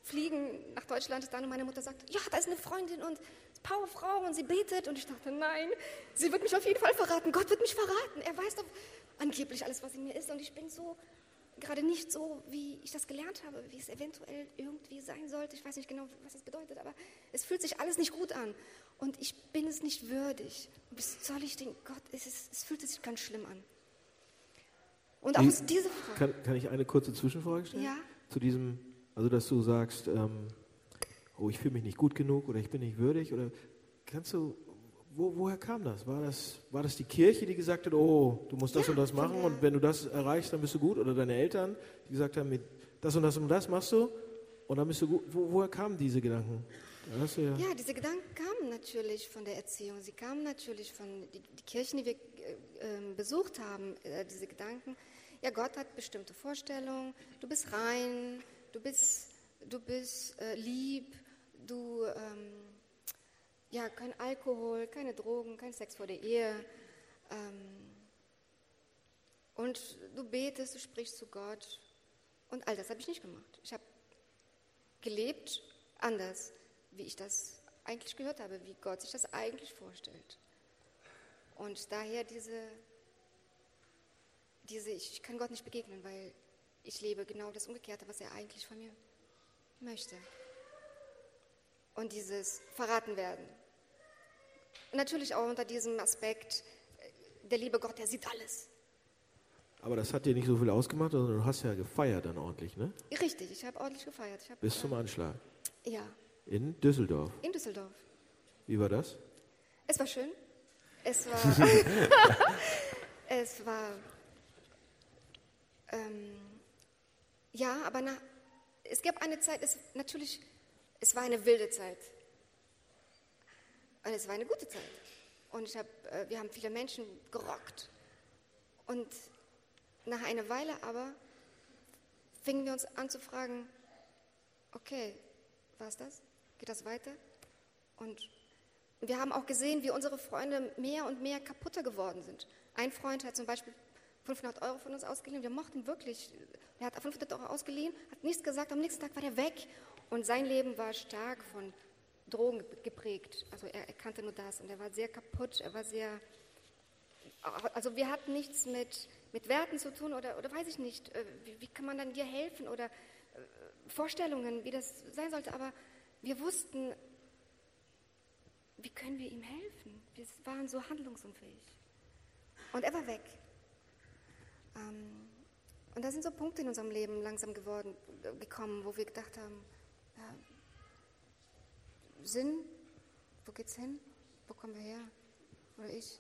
[SPEAKER 4] fliegen nach Deutschland dann und meine Mutter sagt, ja, da ist eine Freundin und Powerfrau und sie betet. Und ich dachte, nein, sie wird mich auf jeden Fall verraten. Gott wird mich verraten. Er weiß doch angeblich alles, was in mir ist. Und ich bin so, gerade nicht so, wie ich das gelernt habe, wie es eventuell irgendwie sein sollte. Ich weiß nicht genau, was das bedeutet, aber es fühlt sich alles nicht gut an. Und ich bin es nicht würdig. Bis soll ich den Gott, es, ist, es fühlt sich ganz schlimm an. Und auch
[SPEAKER 1] Ich-
[SPEAKER 4] diese Frage.
[SPEAKER 1] Kann, kann ich eine kurze Zwischenfrage stellen?
[SPEAKER 4] Ja.
[SPEAKER 1] Zu diesem, also dass du sagst, ähm, oh, ich fühle mich nicht gut genug oder ich bin nicht würdig oder kannst du, wo, woher kam das? War das, war das die Kirche, die gesagt hat, oh, du musst das
[SPEAKER 4] Ja,
[SPEAKER 1] und das
[SPEAKER 4] von
[SPEAKER 1] machen
[SPEAKER 4] der-
[SPEAKER 1] und wenn du das erreichst, dann bist du gut? Oder deine Eltern, die gesagt haben, mit das und das und das machst du und dann bist du gut? Wo, woher kamen diese Gedanken? Da hast du ja,
[SPEAKER 4] Ja, diese Gedanken kamen natürlich von der Erziehung. Sie kamen natürlich von die, die Kirchen, die wir äh, ähm, besucht haben, äh, diese Gedanken. Ja, Gott hat bestimmte Vorstellungen. Du bist rein, du bist, du bist äh, lieb, du, ähm, ja, kein Alkohol, keine Drogen, kein Sex vor der Ehe. Ähm, und du betest, du sprichst zu Gott. Und all das habe ich nicht gemacht. Ich habe gelebt anders, wie ich das eigentlich gehört habe, wie Gott sich das eigentlich vorstellt. Und daher diese, diese ich, ich kann Gott nicht begegnen, weil ich lebe genau das Umgekehrte, was er eigentlich von mir möchte. Und dieses Verraten werden. Und natürlich auch unter diesem Aspekt, äh, der liebe Gott, der sieht alles.
[SPEAKER 1] aber das hat dir nicht so viel ausgemacht, sondern du hast ja gefeiert dann ordentlich, ne?
[SPEAKER 4] Richtig, ich habe ordentlich gefeiert. Ich hab,
[SPEAKER 1] Bis zum Anschlag.
[SPEAKER 4] äh, Ja,
[SPEAKER 1] In Düsseldorf.
[SPEAKER 4] in Düsseldorf.
[SPEAKER 1] Wie war das?
[SPEAKER 4] Es war schön. Es war, es war, ähm, ja, aber na, es gab eine Zeit, es, natürlich, es war eine wilde Zeit. Und es war eine gute Zeit. Und ich hab, äh, wir haben viele Menschen gerockt. Und nach einer Weile aber fingen wir uns an zu fragen, okay, war es das? Geht das weiter? Und wir haben auch gesehen, wie unsere Freunde mehr und mehr kaputter geworden sind. Ein Freund hat zum Beispiel fünfhundert Euro von uns ausgeliehen. Wir mochten ihn wirklich. Er hat fünfhundert Euro ausgeliehen, hat nichts gesagt. Am nächsten Tag war er weg. Und sein Leben war stark von Drogen geprägt. Also er, er kannte nur das. Und er war sehr kaputt. Er war sehr... Also wir hatten nichts mit, mit Werten zu tun oder, oder weiß ich nicht. Wie, wie kann man dann dir helfen oder Vorstellungen, wie das sein sollte. Aber wir wussten... Wie können wir ihm helfen? Wir waren so handlungsunfähig. Und er war weg. Ähm, und da sind so Punkte in unserem Leben langsam geworden, äh, gekommen, wo wir gedacht haben, ja, Sinn, wo geht's hin? Wo kommen wir her? Oder ich?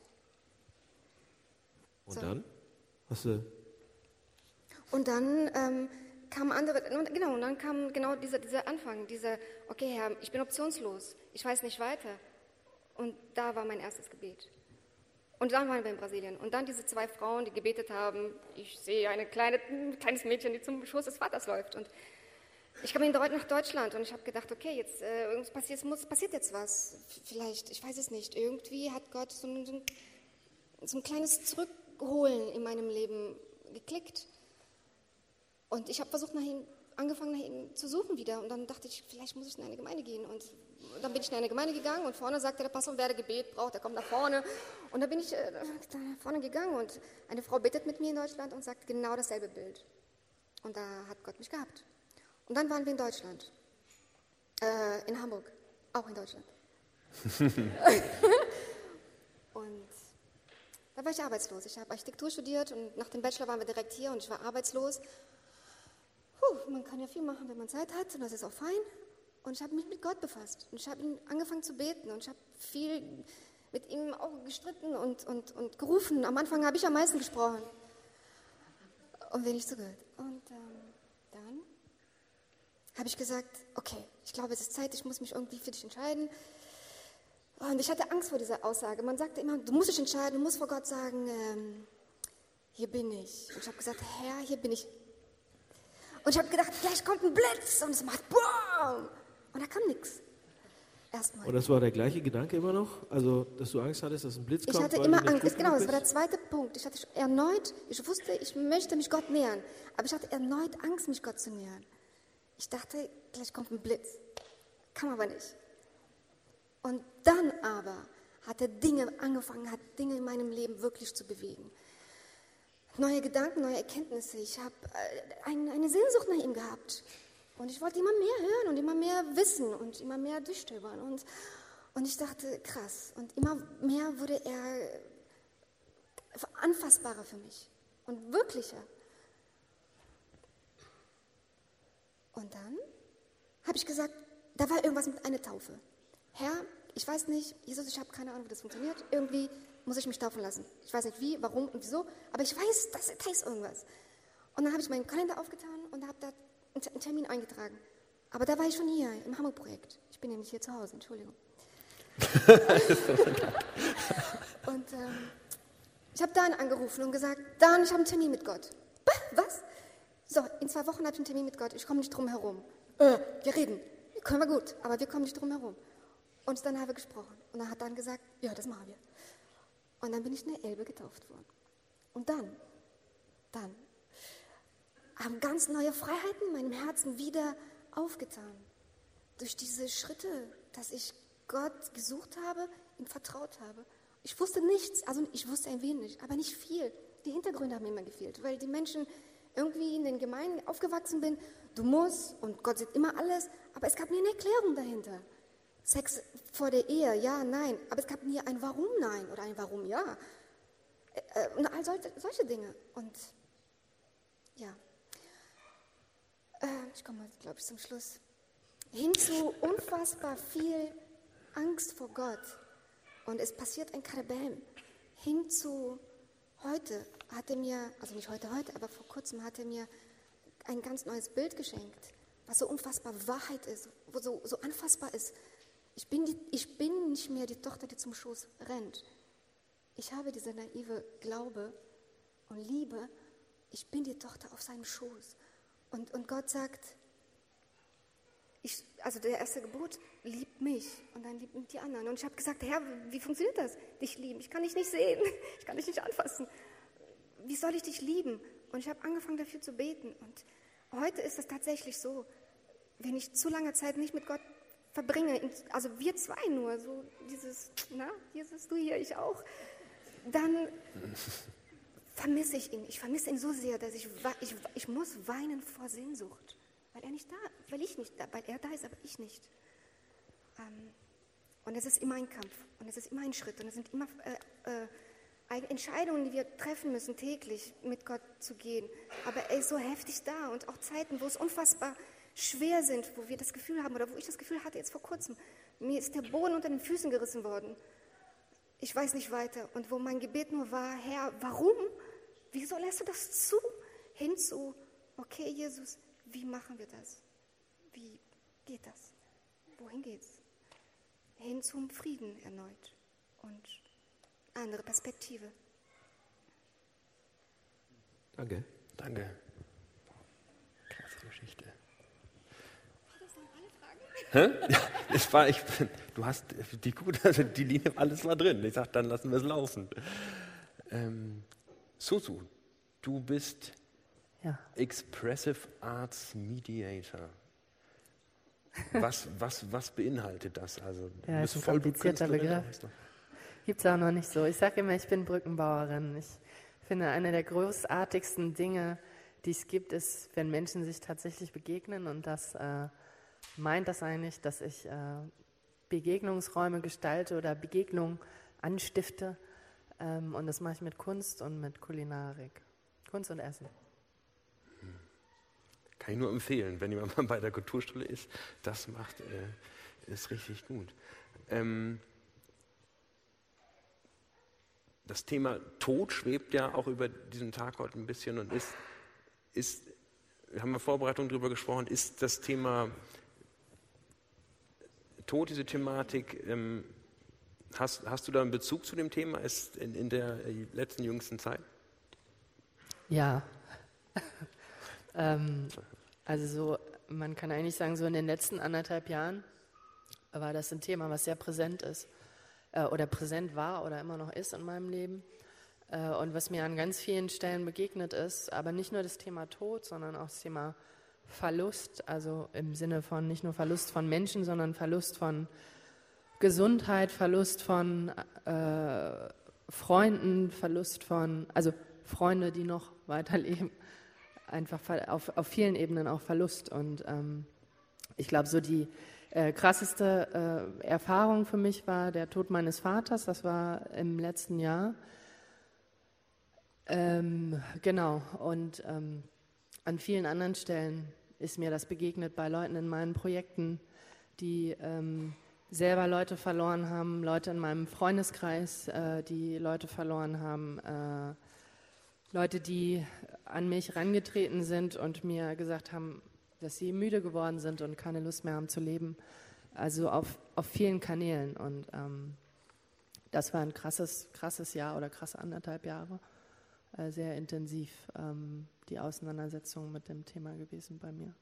[SPEAKER 1] Und
[SPEAKER 4] So.
[SPEAKER 1] dann? Hast du,
[SPEAKER 4] Und dann ähm, kamen andere, und genau, und dann kam genau dieser, dieser Anfang, dieser, okay Herr, ich bin optionslos, ich weiß nicht weiter. Und da war mein erstes Gebet. Und dann waren wir in Brasilien. Und dann diese zwei Frauen, die gebetet haben, ich sehe eine kleine, ein kleines Mädchen, die zum Schoß des Vaters läuft. Und ich kam in Deut- nach Deutschland und ich habe gedacht, okay, jetzt äh, irgendwas passiert, es muss, passiert jetzt was. Vielleicht, ich weiß es nicht, irgendwie hat Gott so ein, so ein, so ein kleines Zurückholen in meinem Leben geklickt. Und ich habe versucht, nach ihm, angefangen, nach ihm zu suchen wieder. Und dann dachte ich, vielleicht muss ich in eine Gemeinde gehen. Und dann bin ich in eine Gemeinde gegangen und vorne sagte der Pastor, wer Gebet braucht, der kommt nach vorne. Und dann bin ich äh, nach vorne gegangen und eine Frau betet mit mir in Deutschland und sagt genau dasselbe Bild. Und da hat Gott mich gehabt. Und dann waren wir in Deutschland, äh, in Hamburg, auch in Deutschland. Und da war ich arbeitslos. Ich habe Architektur studiert und nach dem Bachelor waren wir direkt hier und ich war arbeitslos. Puh, man kann ja viel machen, wenn man Zeit hat und das ist auch fein. Und ich habe mich mit Gott befasst und ich habe ihn angefangen zu beten und ich habe viel mit ihm auch gestritten und, und, und gerufen. Am Anfang habe ich am meisten gesprochen und wenig zugehört. Und ähm, dann habe ich gesagt, okay, ich glaube, es ist Zeit, ich muss mich irgendwie für dich entscheiden. Und ich hatte Angst vor dieser Aussage. Man sagte immer, du musst dich entscheiden, du musst vor Gott sagen, ähm, hier bin ich. Und ich habe gesagt, Herr, hier bin ich. Und ich habe gedacht, gleich kommt ein Blitz und es macht BOOM! Und da kam nichts. Erstmal.
[SPEAKER 1] und das war der gleiche Gedanke immer noch? Also, dass du Angst hattest, dass ein Blitz
[SPEAKER 4] Ich
[SPEAKER 1] kommt?
[SPEAKER 4] hatte
[SPEAKER 1] weil
[SPEAKER 4] immer
[SPEAKER 1] du nicht
[SPEAKER 4] Angst.
[SPEAKER 1] gut
[SPEAKER 4] Genau,
[SPEAKER 1] genug
[SPEAKER 4] das war der
[SPEAKER 1] bist?
[SPEAKER 4] zweite Punkt. Ich hatte erneut, ich wusste, ich möchte mich Gott nähern. Aber ich hatte erneut Angst, mich Gott zu nähern. Ich dachte, gleich kommt ein Blitz. Kam aber nicht. Und dann aber hat er Dinge angefangen, hat Dinge in meinem Leben wirklich zu bewegen. Neue Gedanken, neue Erkenntnisse. Ich habe äh, ein, eine Sehnsucht nach ihm gehabt. Und ich wollte immer mehr hören und immer mehr wissen und immer mehr durchstöbern. Und, und ich dachte, krass. Und immer mehr wurde er anfassbarer für mich und wirklicher. Und dann habe ich gesagt, da war irgendwas mit einer Taufe. Herr, ich weiß nicht, Jesus, ich habe keine Ahnung, wie das funktioniert. Irgendwie muss ich mich taufen lassen. Ich weiß nicht wie, warum und wieso, aber ich weiß, das, da ist irgendwas. Und dann habe ich meinen Kalender aufgetan und habe da einen Termin eingetragen. Aber da war ich schon hier, im Hamburg-Projekt. Ich bin nämlich hier zu Hause, Entschuldigung. Und ähm, ich habe Dan angerufen und gesagt, Dan, ich habe einen Termin mit Gott. Was? So, in zwei Wochen habe ich einen Termin mit Gott, ich komme nicht drum herum. Äh, wir reden, können wir gut, aber wir kommen nicht drum herum. Und dann haben wir gesprochen. Und dann hat Dan gesagt, ja, das machen wir. Und dann bin ich in der Elbe getauft worden. Und dann, dann haben ganz neue Freiheiten in meinem Herzen wieder aufgetan. Durch diese Schritte, dass ich Gott gesucht habe, ihm vertraut habe. Ich wusste nichts, also ich wusste ein wenig, aber nicht viel. Die Hintergründe haben mir immer gefehlt, weil die Menschen irgendwie in den Gemeinden aufgewachsen bin. Du musst und Gott sieht immer alles, aber es gab nie eine Erklärung dahinter. Sex vor der Ehe, ja, nein, aber es gab nie ein Warum nein oder ein Warum ja. Und all solche, solche Dinge. Und ja, äh, ich komme mal, glaube ich, zum Schluss. Hin zu unfassbar viel Angst vor Gott. Und es passiert ein Karabam. Hin zu heute hat er mir, also nicht heute, heute, aber vor kurzem hat er mir ein ganz neues Bild geschenkt, was so unfassbar Wahrheit ist, wo so, so anfassbar ist. Ich bin, die, ich bin nicht mehr die Tochter, die zum Schoß rennt. Ich habe diese naive Glaube und Liebe. Ich bin die Tochter auf seinem Schoß. Und, und Gott sagt, ich, also der erste Gebot, liebt mich und dann liebt die anderen. Und ich habe gesagt, Herr, wie funktioniert das, dich lieben? Ich kann dich nicht sehen, ich kann dich nicht anfassen. Wie soll ich dich lieben? Und ich habe angefangen dafür zu beten. Und heute ist es tatsächlich so, wenn ich zu lange Zeit nicht mit Gott verbringe, also wir zwei nur, so dieses, na, Jesus, du hier, ich auch, dann vermisse ich ihn. Ich vermisse ihn so sehr, dass ich, ich, ich muss weinen vor Sehnsucht, weil er nicht da, weil ich nicht da, weil er da ist, aber ich nicht. Ähm, und es ist immer ein Kampf und es ist immer ein Schritt und es sind immer äh, äh, Entscheidungen, die wir treffen müssen, täglich mit Gott zu gehen. Aber er ist so heftig da und auch Zeiten, wo es unfassbar schwer sind, wo wir das Gefühl haben oder wo ich das Gefühl hatte jetzt vor kurzem, mir ist der Boden unter den Füßen gerissen worden. Ich weiß nicht weiter. Und wo mein Gebet nur war, Herr, warum? Wieso lässt du das zu? Hinzu, okay, Jesus, wie machen wir das? Wie geht das? Wohin geht's? Hin zum Frieden erneut und andere Perspektive.
[SPEAKER 2] Danke. Danke. Krasse Geschichte. Hä? Ja, es war, ich, du hast die, gut, also die Linie, alles war drin. Ich sage, dann lassen wir es laufen. Ähm, Susu, du bist ja. Expressive Arts Mediator. Was, was, was beinhaltet das? Also,
[SPEAKER 5] ja, das ist ein komplizierter Begriff. Gibt es auch noch nicht so. Ich sage immer, ich bin Brückenbauerin. Ich finde, eine der großartigsten Dinge, die es gibt, ist, wenn Menschen sich tatsächlich begegnen und das äh, meint das eigentlich, dass ich äh, Begegnungsräume gestalte oder Begegnungen anstifte. Ähm, und das mache ich mit Kunst und mit Kulinarik. Kunst und Essen.
[SPEAKER 2] Kann ich nur empfehlen, wenn jemand mal bei der Kulturschule ist. Das macht, äh, ist richtig gut. Ähm, das Thema Tod schwebt ja auch über diesen Tag heute ein bisschen und ist, ist wir haben in der Vorbereitung darüber gesprochen, ist das Thema Tod, diese Thematik, ähm, hast, hast du da einen Bezug zu dem Thema ist in, in der letzten, jüngsten Zeit?
[SPEAKER 5] Ja. ähm, also so, man kann eigentlich sagen, so in den letzten anderthalb Jahren war das ein Thema, was sehr präsent ist äh, oder präsent war oder immer noch ist in meinem Leben äh, und was mir an ganz vielen Stellen begegnet ist, aber nicht nur das Thema Tod, sondern auch das Thema Verlust, also im Sinne von nicht nur Verlust von Menschen, sondern Verlust von Gesundheit, Verlust von äh, Freunden, Verlust von, also Freunde, die noch weiterleben, einfach auf, auf vielen Ebenen auch Verlust. Und ähm, ich glaube, so die äh, krasseste äh, Erfahrung für mich war der Tod meines Vaters, das war im letzten Jahr. Ähm, genau, und ähm, an vielen anderen Stellen ist mir das begegnet bei Leuten in meinen Projekten, die ähm, selber Leute verloren haben, Leute in meinem Freundeskreis, äh, die Leute verloren haben, äh, Leute, die an mich herangetreten sind und mir gesagt haben, dass sie müde geworden sind und keine Lust mehr haben zu leben. Also auf, auf vielen Kanälen. Und ähm, das war ein krasses, krasses Jahr oder krasse anderthalb Jahre. Äh, sehr intensiv ähm, die Auseinandersetzung mit dem Thema gewesen bei mir.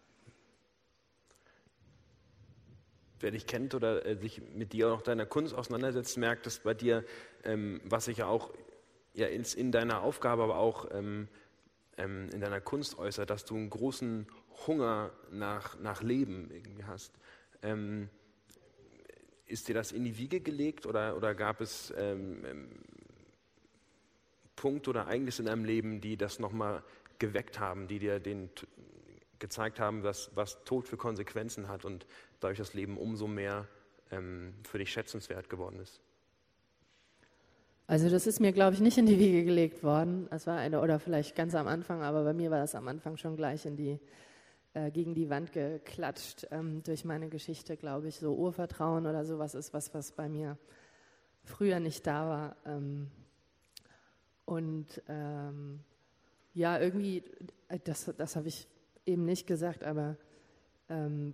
[SPEAKER 2] Wer dich kennt oder äh, sich mit dir auch deiner Kunst auseinandersetzt, merkt, dass bei dir, ähm, was sich ja auch ja, ins, in deiner Aufgabe, aber auch ähm, ähm, in deiner Kunst äußert, dass du einen großen Hunger nach, nach Leben irgendwie hast. Ähm, ist dir das in die Wiege gelegt oder, oder gab es ähm, ähm, Punkte oder Ereignisse in deinem Leben, die das nochmal geweckt haben, die dir den gezeigt haben, was, was Tod für Konsequenzen hat und dadurch das Leben umso mehr ähm, für dich schätzenswert geworden ist?
[SPEAKER 5] Also das ist mir, glaube ich, nicht in die Wiege gelegt worden. Das war eine, oder vielleicht ganz am Anfang, aber bei mir war das am Anfang schon gleich in die, äh, gegen die Wand geklatscht ähm, durch meine Geschichte, glaube ich. So Urvertrauen oder sowas ist was, was bei mir früher nicht da war. Ähm, und ähm, ja, irgendwie, das, das habe ich eben nicht gesagt, aber ähm,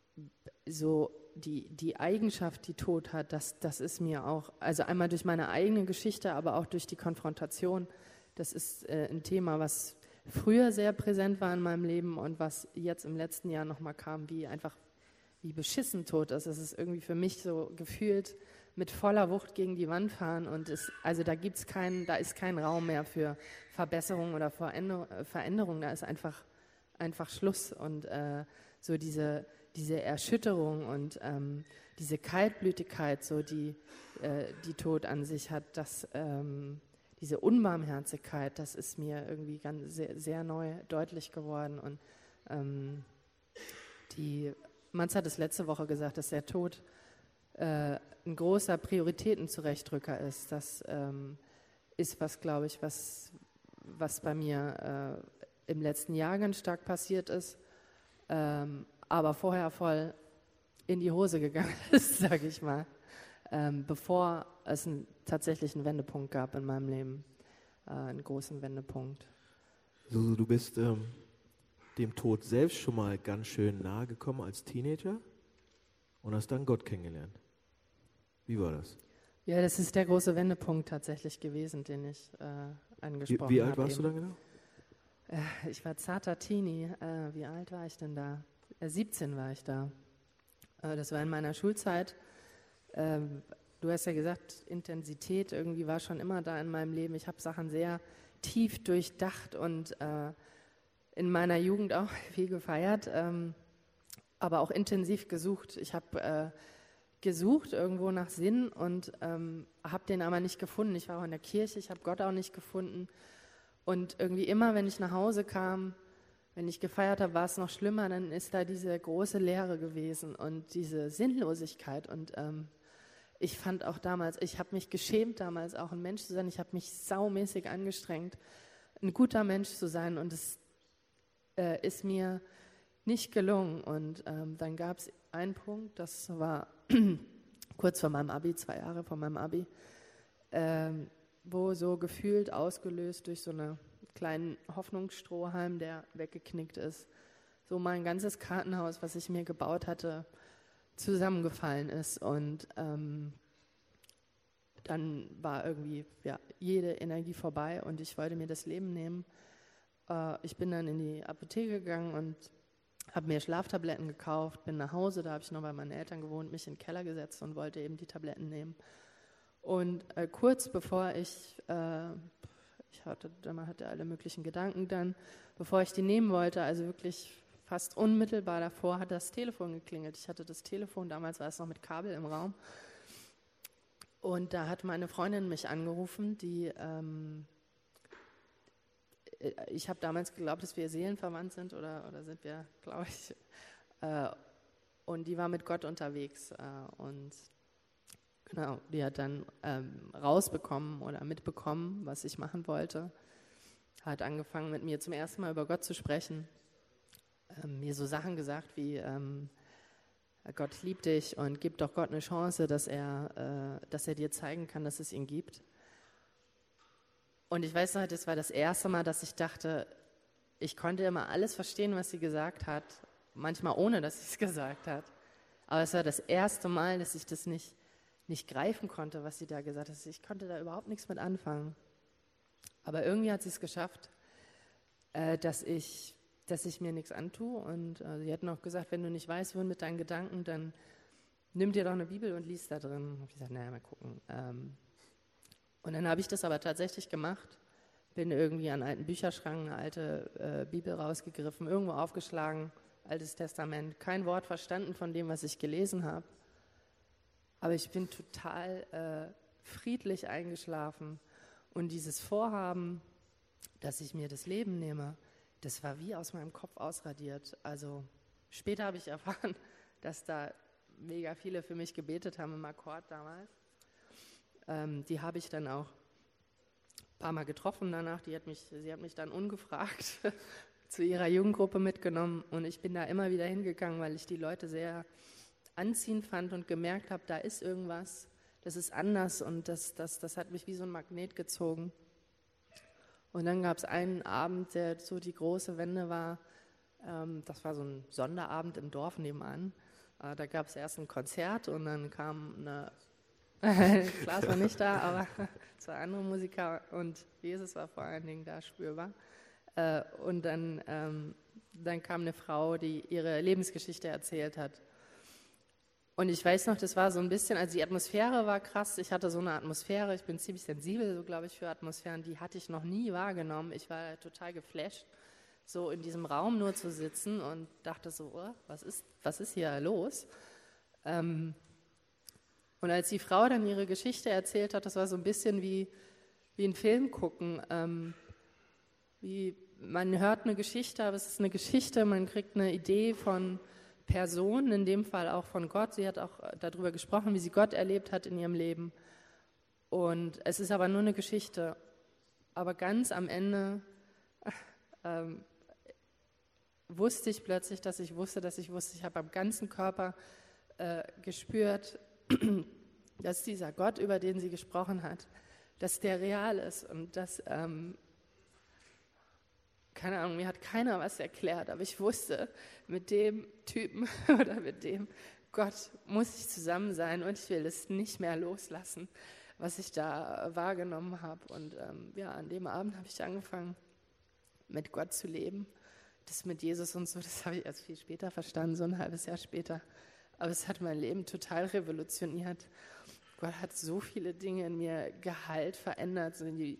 [SPEAKER 5] so die, die Eigenschaft, die Tod hat, das, das ist mir auch, also einmal durch meine eigene Geschichte, aber auch durch die Konfrontation, das ist äh, ein Thema, was früher sehr präsent war in meinem Leben und was jetzt im letzten Jahr nochmal kam, wie einfach, wie beschissen Tod ist. Es ist irgendwie für mich so gefühlt mit voller Wucht gegen die Wand fahren und es, also da gibt's keinen, da ist kein Raum mehr für Verbesserung oder Veränderung, da ist einfach, einfach Schluss und äh, so diese diese Erschütterung und ähm, diese Kaltblütigkeit, so die, äh, die Tod an sich hat, das, ähm, diese Unbarmherzigkeit, das ist mir irgendwie ganz sehr, sehr neu deutlich geworden. Und ähm, die, Manz hat es letzte Woche gesagt, dass der Tod äh, ein großer Prioritätenzurechtdrücker ist. Das ähm, ist was, glaube ich, was, was bei mir äh, im letzten Jahr ganz stark passiert ist. Ähm, aber vorher voll in die Hose gegangen ist, sage ich mal, ähm, bevor es einen tatsächlichen Wendepunkt gab in meinem Leben, äh, einen großen Wendepunkt.
[SPEAKER 1] So, du bist ähm, dem Tod selbst schon mal ganz schön nahe gekommen als Teenager und hast dann Gott kennengelernt. Wie war das?
[SPEAKER 5] Ja, das ist der große Wendepunkt tatsächlich gewesen, den ich äh, angesprochen habe.
[SPEAKER 1] Wie, wie alt warst
[SPEAKER 5] eben.
[SPEAKER 1] du dann genau?
[SPEAKER 5] Äh, ich war zarter Teenie. Äh, wie alt war ich denn da? siebzehn war ich da. Das war in meiner Schulzeit. Du hast ja gesagt, Intensität irgendwie war schon immer da in meinem Leben. Ich habe Sachen sehr tief durchdacht und in meiner Jugend auch viel gefeiert, aber auch intensiv gesucht. Ich habe gesucht irgendwo nach Sinn und habe den aber nicht gefunden. Ich war auch in der Kirche, ich habe Gott auch nicht gefunden. Und irgendwie immer, wenn ich nach Hause kam, wenn ich gefeiert habe, war es noch schlimmer, dann ist da diese große Leere gewesen und diese Sinnlosigkeit. Und ähm, ich fand auch damals, ich habe mich geschämt damals auch ein Mensch zu sein. Ich habe mich saumäßig angestrengt, ein guter Mensch zu sein und es äh, ist mir nicht gelungen. Und ähm, dann gab es einen Punkt, das war kurz vor meinem Abi, zwei Jahre vor meinem Abi, ähm, wo so gefühlt ausgelöst durch so eine kleinen Hoffnungsstrohhalm, der weggeknickt ist, so mein ganzes Kartenhaus, was ich mir gebaut hatte, zusammengefallen ist und ähm, dann war irgendwie ja, jede Energie vorbei und ich wollte mir das Leben nehmen. Äh, ich bin dann in die Apotheke gegangen und habe mir Schlaftabletten gekauft, bin nach Hause, da habe ich noch bei meinen Eltern gewohnt, mich in den Keller gesetzt und wollte eben die Tabletten nehmen. Und äh, kurz bevor ich äh, Ich hatte, man hatte alle möglichen Gedanken dann, bevor ich die nehmen wollte, also wirklich fast unmittelbar davor hat das Telefon geklingelt. Ich hatte das Telefon, damals war es noch mit Kabel im Raum. Und da hat meine Freundin mich angerufen, die, ähm, ich habe damals geglaubt, dass wir seelenverwandt sind oder, oder sind wir, glaube ich. Äh, und die war mit Gott unterwegs. Äh, und genau, die hat dann ähm, rausbekommen oder mitbekommen, was ich machen wollte. Hat angefangen, mit mir zum ersten Mal über Gott zu sprechen. Ähm, mir so Sachen gesagt wie, ähm, Gott liebt dich und gib doch Gott eine Chance, dass er, äh, dass er dir zeigen kann, dass es ihn gibt. Und ich weiß noch, das war das erste Mal, dass ich dachte, ich konnte immer alles verstehen, was sie gesagt hat, manchmal ohne, dass sie es gesagt hat. Aber es war das erste Mal, dass ich das nicht, nicht greifen konnte, was sie da gesagt hat. Ich konnte da überhaupt nichts mit anfangen. Aber irgendwie hat sie es geschafft, äh, dass ich dass ich mir nichts antue. Und äh, sie hat noch gesagt, wenn du nicht weißt, wohin mit deinen Gedanken, dann nimm dir doch eine Bibel und lies da drin. Und ich gesagt, naja, mal gucken. Ähm, und dann habe ich das aber tatsächlich gemacht. Bin irgendwie an einen alten Bücherschrank, eine alte äh, Bibel rausgegriffen, irgendwo aufgeschlagen, Altes Testament. Kein Wort verstanden von dem, was ich gelesen habe. Aber ich bin total äh, friedlich eingeschlafen. Und dieses Vorhaben, dass ich mir das Leben nehme, das war wie aus meinem Kopf ausradiert. Also später habe ich erfahren, dass da mega viele für mich gebetet haben im Akkord damals. Ähm, die habe ich dann auch ein paar Mal getroffen danach. Die hat mich, sie hat mich dann ungefragt zu ihrer Jugendgruppe mitgenommen. Und ich bin da immer wieder hingegangen, weil ich die Leute sehr anziehend fand und gemerkt habe, da ist irgendwas, das ist anders. Und das, das, das hat mich wie so ein Magnet gezogen. Und dann gab es einen Abend, der so die große Wende war. Ähm, das war so ein Sonderabend im Dorf nebenan. Äh, da gab es erst ein Konzert und dann kam eine, Klaas war nicht da, aber zwei andere Musiker und Jesus war vor allen Dingen da spürbar. Äh, und dann, ähm, dann kam eine Frau, die ihre Lebensgeschichte erzählt hat. Und ich weiß noch, das war so ein bisschen, also die Atmosphäre war krass, ich hatte so eine Atmosphäre, ich bin ziemlich sensibel, so glaube ich, für Atmosphären, die hatte ich noch nie wahrgenommen. Ich war total geflasht, so in diesem Raum nur zu sitzen und dachte so, oh, was ist, was ist hier los? Ähm, und als die Frau dann ihre Geschichte erzählt hat, das war so ein bisschen wie, wie ein Film gucken, ähm, wie, man hört eine Geschichte, aber es ist eine Geschichte, man kriegt eine Idee von Person, in dem Fall auch von Gott. Sie hat auch darüber gesprochen, wie sie Gott erlebt hat in ihrem Leben. Und es ist aber nur eine Geschichte. Aber ganz am Ende ähm, wusste ich plötzlich, dass ich wusste, dass ich wusste, ich habe am ganzen Körper äh, gespürt, dass dieser Gott, über den sie gesprochen hat, dass der real ist und dass ähm, keine Ahnung, mir hat keiner was erklärt, aber ich wusste, mit dem Typen oder mit dem Gott muss ich zusammen sein und ich will es nicht mehr loslassen, was ich da wahrgenommen habe. Und ähm, ja, an dem Abend habe ich angefangen, mit Gott zu leben. Das mit Jesus und so, das habe ich erst viel später verstanden, so ein halbes Jahr später. Aber es hat mein Leben total revolutioniert. Gott hat so viele Dinge in mir geheilt, verändert, so in die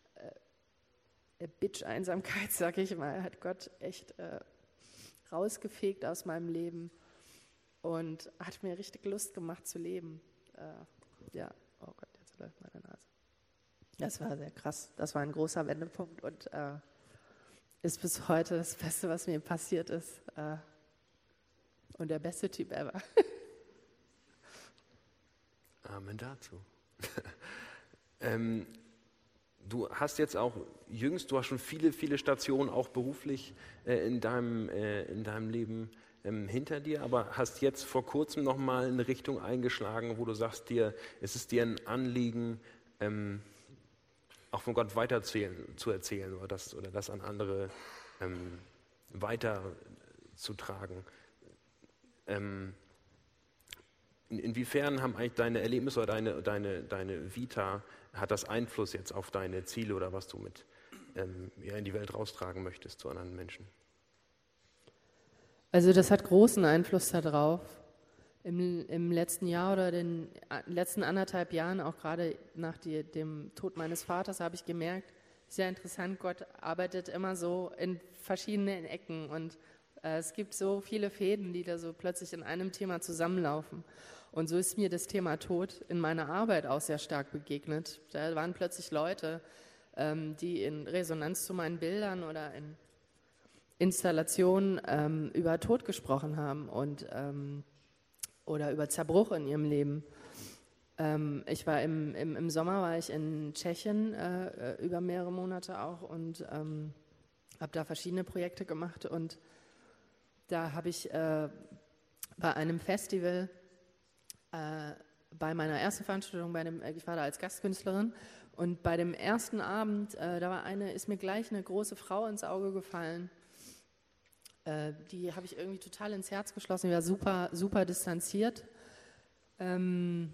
[SPEAKER 5] Bitch-Einsamkeit, sag ich mal, hat Gott echt äh, rausgefegt aus meinem Leben und hat mir richtig Lust gemacht zu leben. Äh, ja, oh Gott, jetzt läuft meine Nase. Das war sehr krass. Das war ein großer Wendepunkt und äh, ist bis heute das Beste, was mir passiert ist. Äh, und der beste Typ ever.
[SPEAKER 2] Amen dazu. ähm, Du hast jetzt auch jüngst, du hast schon viele, viele Stationen auch beruflich äh, in, deinem, äh, in deinem Leben ähm, hinter dir, aber hast jetzt vor kurzem nochmal eine Richtung eingeschlagen, wo du sagst dir, es ist dir ein Anliegen, ähm, auch von Gott weiter zu erzählen oder das, oder das an andere ähm, weiterzutragen. Ähm, in, inwiefern haben eigentlich deine Erlebnisse oder deine, deine, deine Vita, hat das Einfluss jetzt auf deine Ziele oder was du mit ähm, ja, in die Welt raustragen möchtest zu anderen Menschen?
[SPEAKER 5] Also das hat großen Einfluss darauf. Im, im letzten Jahr oder den letzten anderthalb Jahren, auch gerade nach die, dem Tod meines Vaters, habe ich gemerkt, sehr interessant, Gott arbeitet immer so in verschiedenen Ecken und Äh, es gibt so viele Fäden, die da so plötzlich in einem Thema zusammenlaufen. Und so ist mir das Thema Tod in meiner Arbeit auch sehr stark begegnet. Da waren plötzlich Leute, ähm, die in Resonanz zu meinen Bildern oder in Installationen ähm, über Tod gesprochen haben und ähm, oder über Zerbruch in ihrem Leben. Ähm, ich war im, im, im Sommer war ich in Tschechien äh, über mehrere Monate auch und ähm, habe da verschiedene Projekte gemacht und da habe ich äh, bei einem Festival äh, bei meiner ersten Veranstaltung, bei dem, ich war da als Gastkünstlerin und bei dem ersten Abend, äh, da war eine, ist mir gleich eine große Frau ins Auge gefallen. Äh, die habe ich irgendwie total ins Herz geschlossen, die war super, super distanziert. Ähm,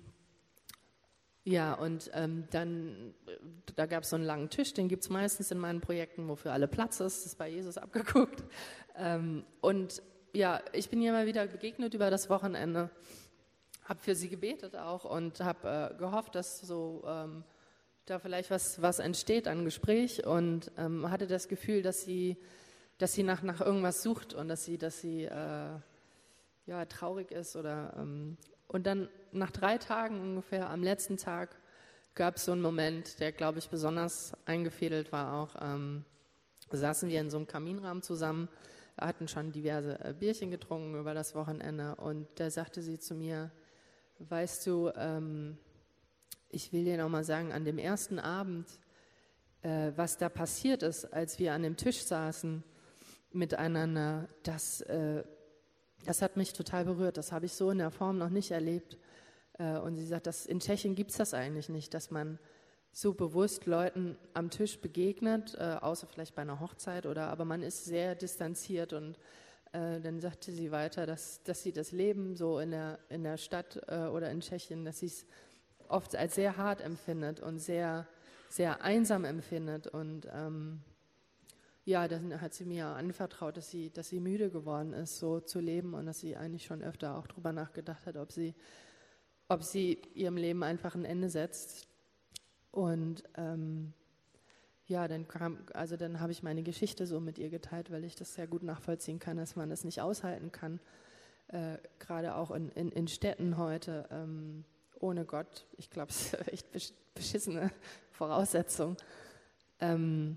[SPEAKER 5] ja, und ähm, dann, da gab es so einen langen Tisch, den gibt es meistens in meinen Projekten, wo für alle Platz ist, das ist bei Jesus abgeguckt. Ähm, und ja, ich bin ihr mal wieder begegnet über das Wochenende, habe für sie gebetet auch und habe äh, gehofft, dass so ähm, da vielleicht was, was entsteht an Gespräch und ähm, hatte das Gefühl, dass sie, dass sie nach, nach irgendwas sucht und dass sie, dass sie äh, ja, traurig ist oder ähm, und dann nach drei Tagen ungefähr, am letzten Tag, gab es so einen Moment, der, glaube ich, besonders eingefädelt war auch. Ähm, saßen wir in so einem Kaminrahmen zusammen, hatten schon diverse äh, Bierchen getrunken über das Wochenende und da sagte sie zu mir, weißt du, ähm, ich will dir nochmal sagen, an dem ersten Abend, äh, was da passiert ist, als wir an dem Tisch saßen miteinander, das äh, Das hat mich total berührt, das habe ich so in der Form noch nicht erlebt. Und sie sagt, dass in Tschechien gibt es das eigentlich nicht, dass man so bewusst Leuten am Tisch begegnet, außer vielleicht bei einer Hochzeit, oder aber man ist sehr distanziert. Und äh, dann sagte sie weiter, dass, dass sie das Leben so in der, in der Stadt äh, oder in Tschechien, dass sie es oft als sehr hart empfindet und sehr, sehr einsam empfindet. Und ähm, ja, dann hat sie mir anvertraut, dass sie, dass sie müde geworden ist, so zu leben und dass sie eigentlich schon öfter auch drüber nachgedacht hat, ob sie, ob sie ihrem Leben einfach ein Ende setzt. Und ähm, ja, dann kam, also dann habe ich meine Geschichte so mit ihr geteilt, weil ich das sehr gut nachvollziehen kann, dass man das nicht aushalten kann, äh, gerade auch in, in, in Städten heute ähm, ohne Gott. Ich glaube, es ist echt beschissene Voraussetzung. Ähm,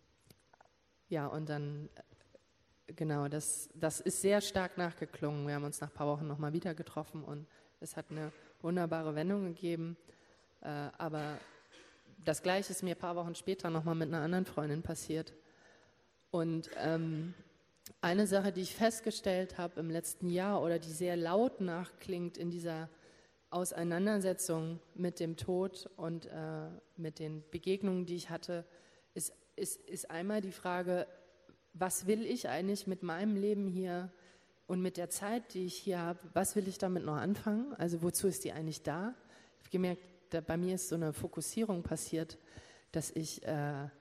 [SPEAKER 5] Ja, und dann, genau, das, das ist sehr stark nachgeklungen. Wir haben uns nach ein paar Wochen nochmal wieder getroffen und es hat eine wunderbare Wendung gegeben. Äh, aber das Gleiche ist mir ein paar Wochen später nochmal mit einer anderen Freundin passiert. Und ähm, eine Sache, die ich festgestellt habe im letzten Jahr oder die sehr laut nachklingt in dieser Auseinandersetzung mit dem Tod und äh, mit den Begegnungen, die ich hatte, ist Ist, ist einmal die Frage, was will ich eigentlich mit meinem Leben hier und mit der Zeit, die ich hier habe, was will ich damit noch anfangen? Also wozu ist die eigentlich da? Ich habe gemerkt, da, bei mir ist so eine Fokussierung passiert, dass ich, äh,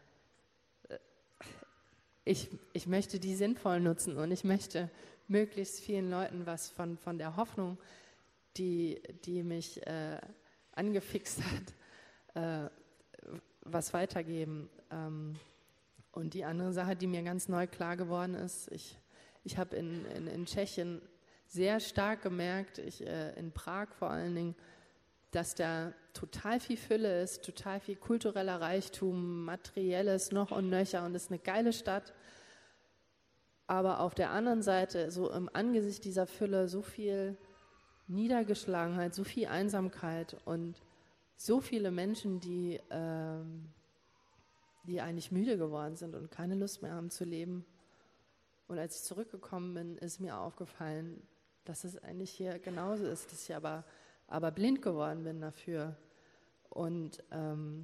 [SPEAKER 5] ich, ich möchte die sinnvoll nutzen und ich möchte möglichst vielen Leuten was von, von der Hoffnung, die, die mich äh, angefixt hat, äh, was weitergeben. Ähm, und die andere Sache, die mir ganz neu klar geworden ist, ich, ich habe in, in, in Tschechien sehr stark gemerkt, ich, äh, in Prag vor allen Dingen, dass da total viel Fülle ist, total viel kultureller Reichtum, materielles noch und nöcher und es ist eine geile Stadt. Aber auf der anderen Seite, so im Angesicht dieser Fülle, so viel Niedergeschlagenheit, so viel Einsamkeit und so viele Menschen, die, ähm, die eigentlich müde geworden sind und keine Lust mehr haben zu leben. Und als ich zurückgekommen bin, ist mir aufgefallen, dass es eigentlich hier genauso ist, dass ich aber, aber blind geworden bin dafür. Und ähm,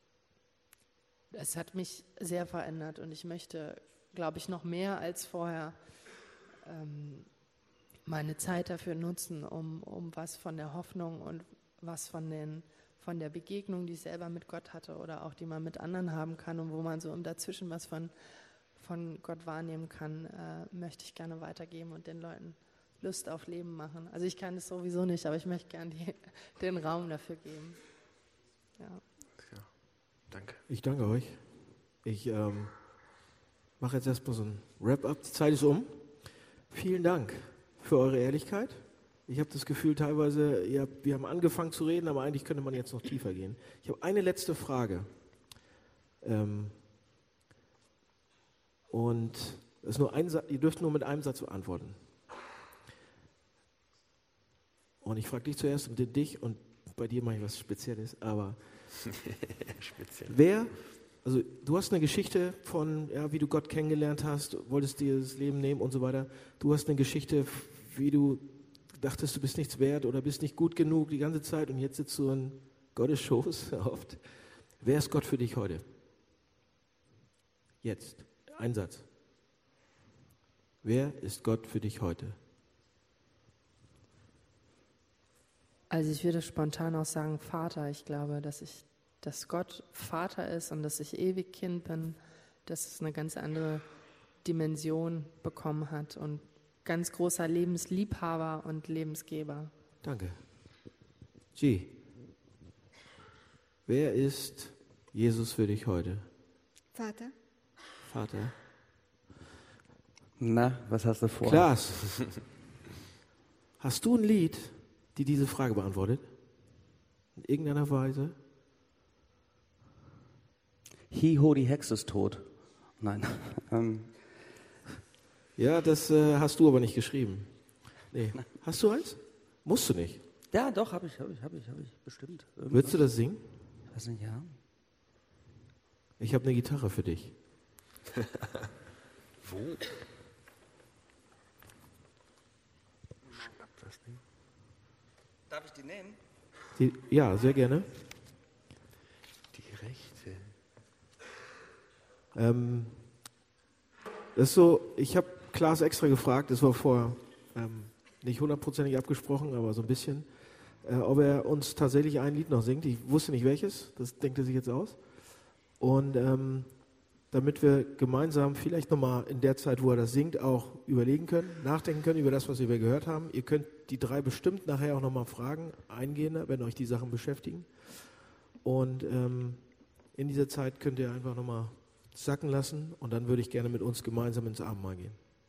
[SPEAKER 5] es hat mich sehr verändert und ich möchte, glaube ich, noch mehr als vorher ähm, meine Zeit dafür nutzen, um, um was von der Hoffnung und was von den von der Begegnung, die ich selber mit Gott hatte oder auch die man mit anderen haben kann und wo man so im Dazwischen was von, von Gott wahrnehmen kann, äh, möchte ich gerne weitergeben und den Leuten Lust auf Leben machen. Also ich kann das sowieso nicht, aber ich möchte gerne die, den Raum dafür geben. Ja.
[SPEAKER 2] Ja, danke.
[SPEAKER 1] Ich danke euch. Ich ähm, mache jetzt erstmal so ein Wrap-up. Die Zeit ist um. Vielen Dank für eure Ehrlichkeit. Ich habe das Gefühl, teilweise, ihr habt, wir haben angefangen zu reden, aber eigentlich könnte man jetzt noch tiefer gehen. Ich habe eine letzte Frage. Ähm, und das ist nur ein Satz, ihr dürft nur mit einem Satz antworten. Und ich frage dich zuerst und dich und bei dir mache ich was Spezielles, aber
[SPEAKER 2] Speziell.
[SPEAKER 1] wer, also du hast eine Geschichte von, ja, wie du Gott kennengelernt hast, wolltest dir das Leben nehmen und so weiter. Du hast eine Geschichte, wie du dachtest, du bist nichts wert oder bist nicht gut genug die ganze Zeit und jetzt sitzt du in Gottes Schoß oft. Wer ist Gott für dich heute? Jetzt, ein Satz. Wer ist Gott für dich heute?
[SPEAKER 5] Also ich würde spontan auch sagen Vater. Ich glaube, dass ich, dass Gott Vater ist und dass ich ewig Kind bin, dass es eine ganz andere Dimension bekommen hat und ganz großer Lebensliebhaber und Lebensgeber.
[SPEAKER 1] Danke. G. Wer ist Jesus für dich heute?
[SPEAKER 4] Vater,
[SPEAKER 1] Vater.
[SPEAKER 3] Na, was hast du vor?
[SPEAKER 1] Klaas, hast du ein Lied, die diese Frage beantwortet? In irgendeiner Weise?
[SPEAKER 3] Hiho, die Hexe ist tot. Nein. ähm,
[SPEAKER 1] Ja, das äh, hast du aber nicht geschrieben. Nee. Hast du eins? Musst du nicht.
[SPEAKER 3] ja, doch, habe ich, habe ich, habe ich, habe ich, bestimmt. Irgendwas.
[SPEAKER 1] Würdest du das singen?
[SPEAKER 3] Ich weiß nicht, ja.
[SPEAKER 1] Ich habe eine Gitarre für dich.
[SPEAKER 2] Wo? Schnapp das Ding.
[SPEAKER 3] Darf ich die nehmen?
[SPEAKER 1] Die, ja, sehr gerne.
[SPEAKER 2] Die rechte.
[SPEAKER 1] Ähm, das ist so, ich habe Klaas extra gefragt, das war vorher ähm, nicht hundertprozentig abgesprochen, aber so ein bisschen, äh, ob er uns tatsächlich ein Lied noch singt. Ich wusste nicht welches, das denkt er sich jetzt aus. Und ähm, damit wir gemeinsam vielleicht nochmal in der Zeit, wo er das singt, auch überlegen können, nachdenken können über das, was wir gehört haben. Ihr könnt die drei bestimmt nachher auch nochmal fragen, eingehender, wenn euch die Sachen beschäftigen. Und ähm, in dieser Zeit könnt ihr einfach nochmal sacken lassen und dann würde ich gerne mit uns gemeinsam ins Abendmahl gehen.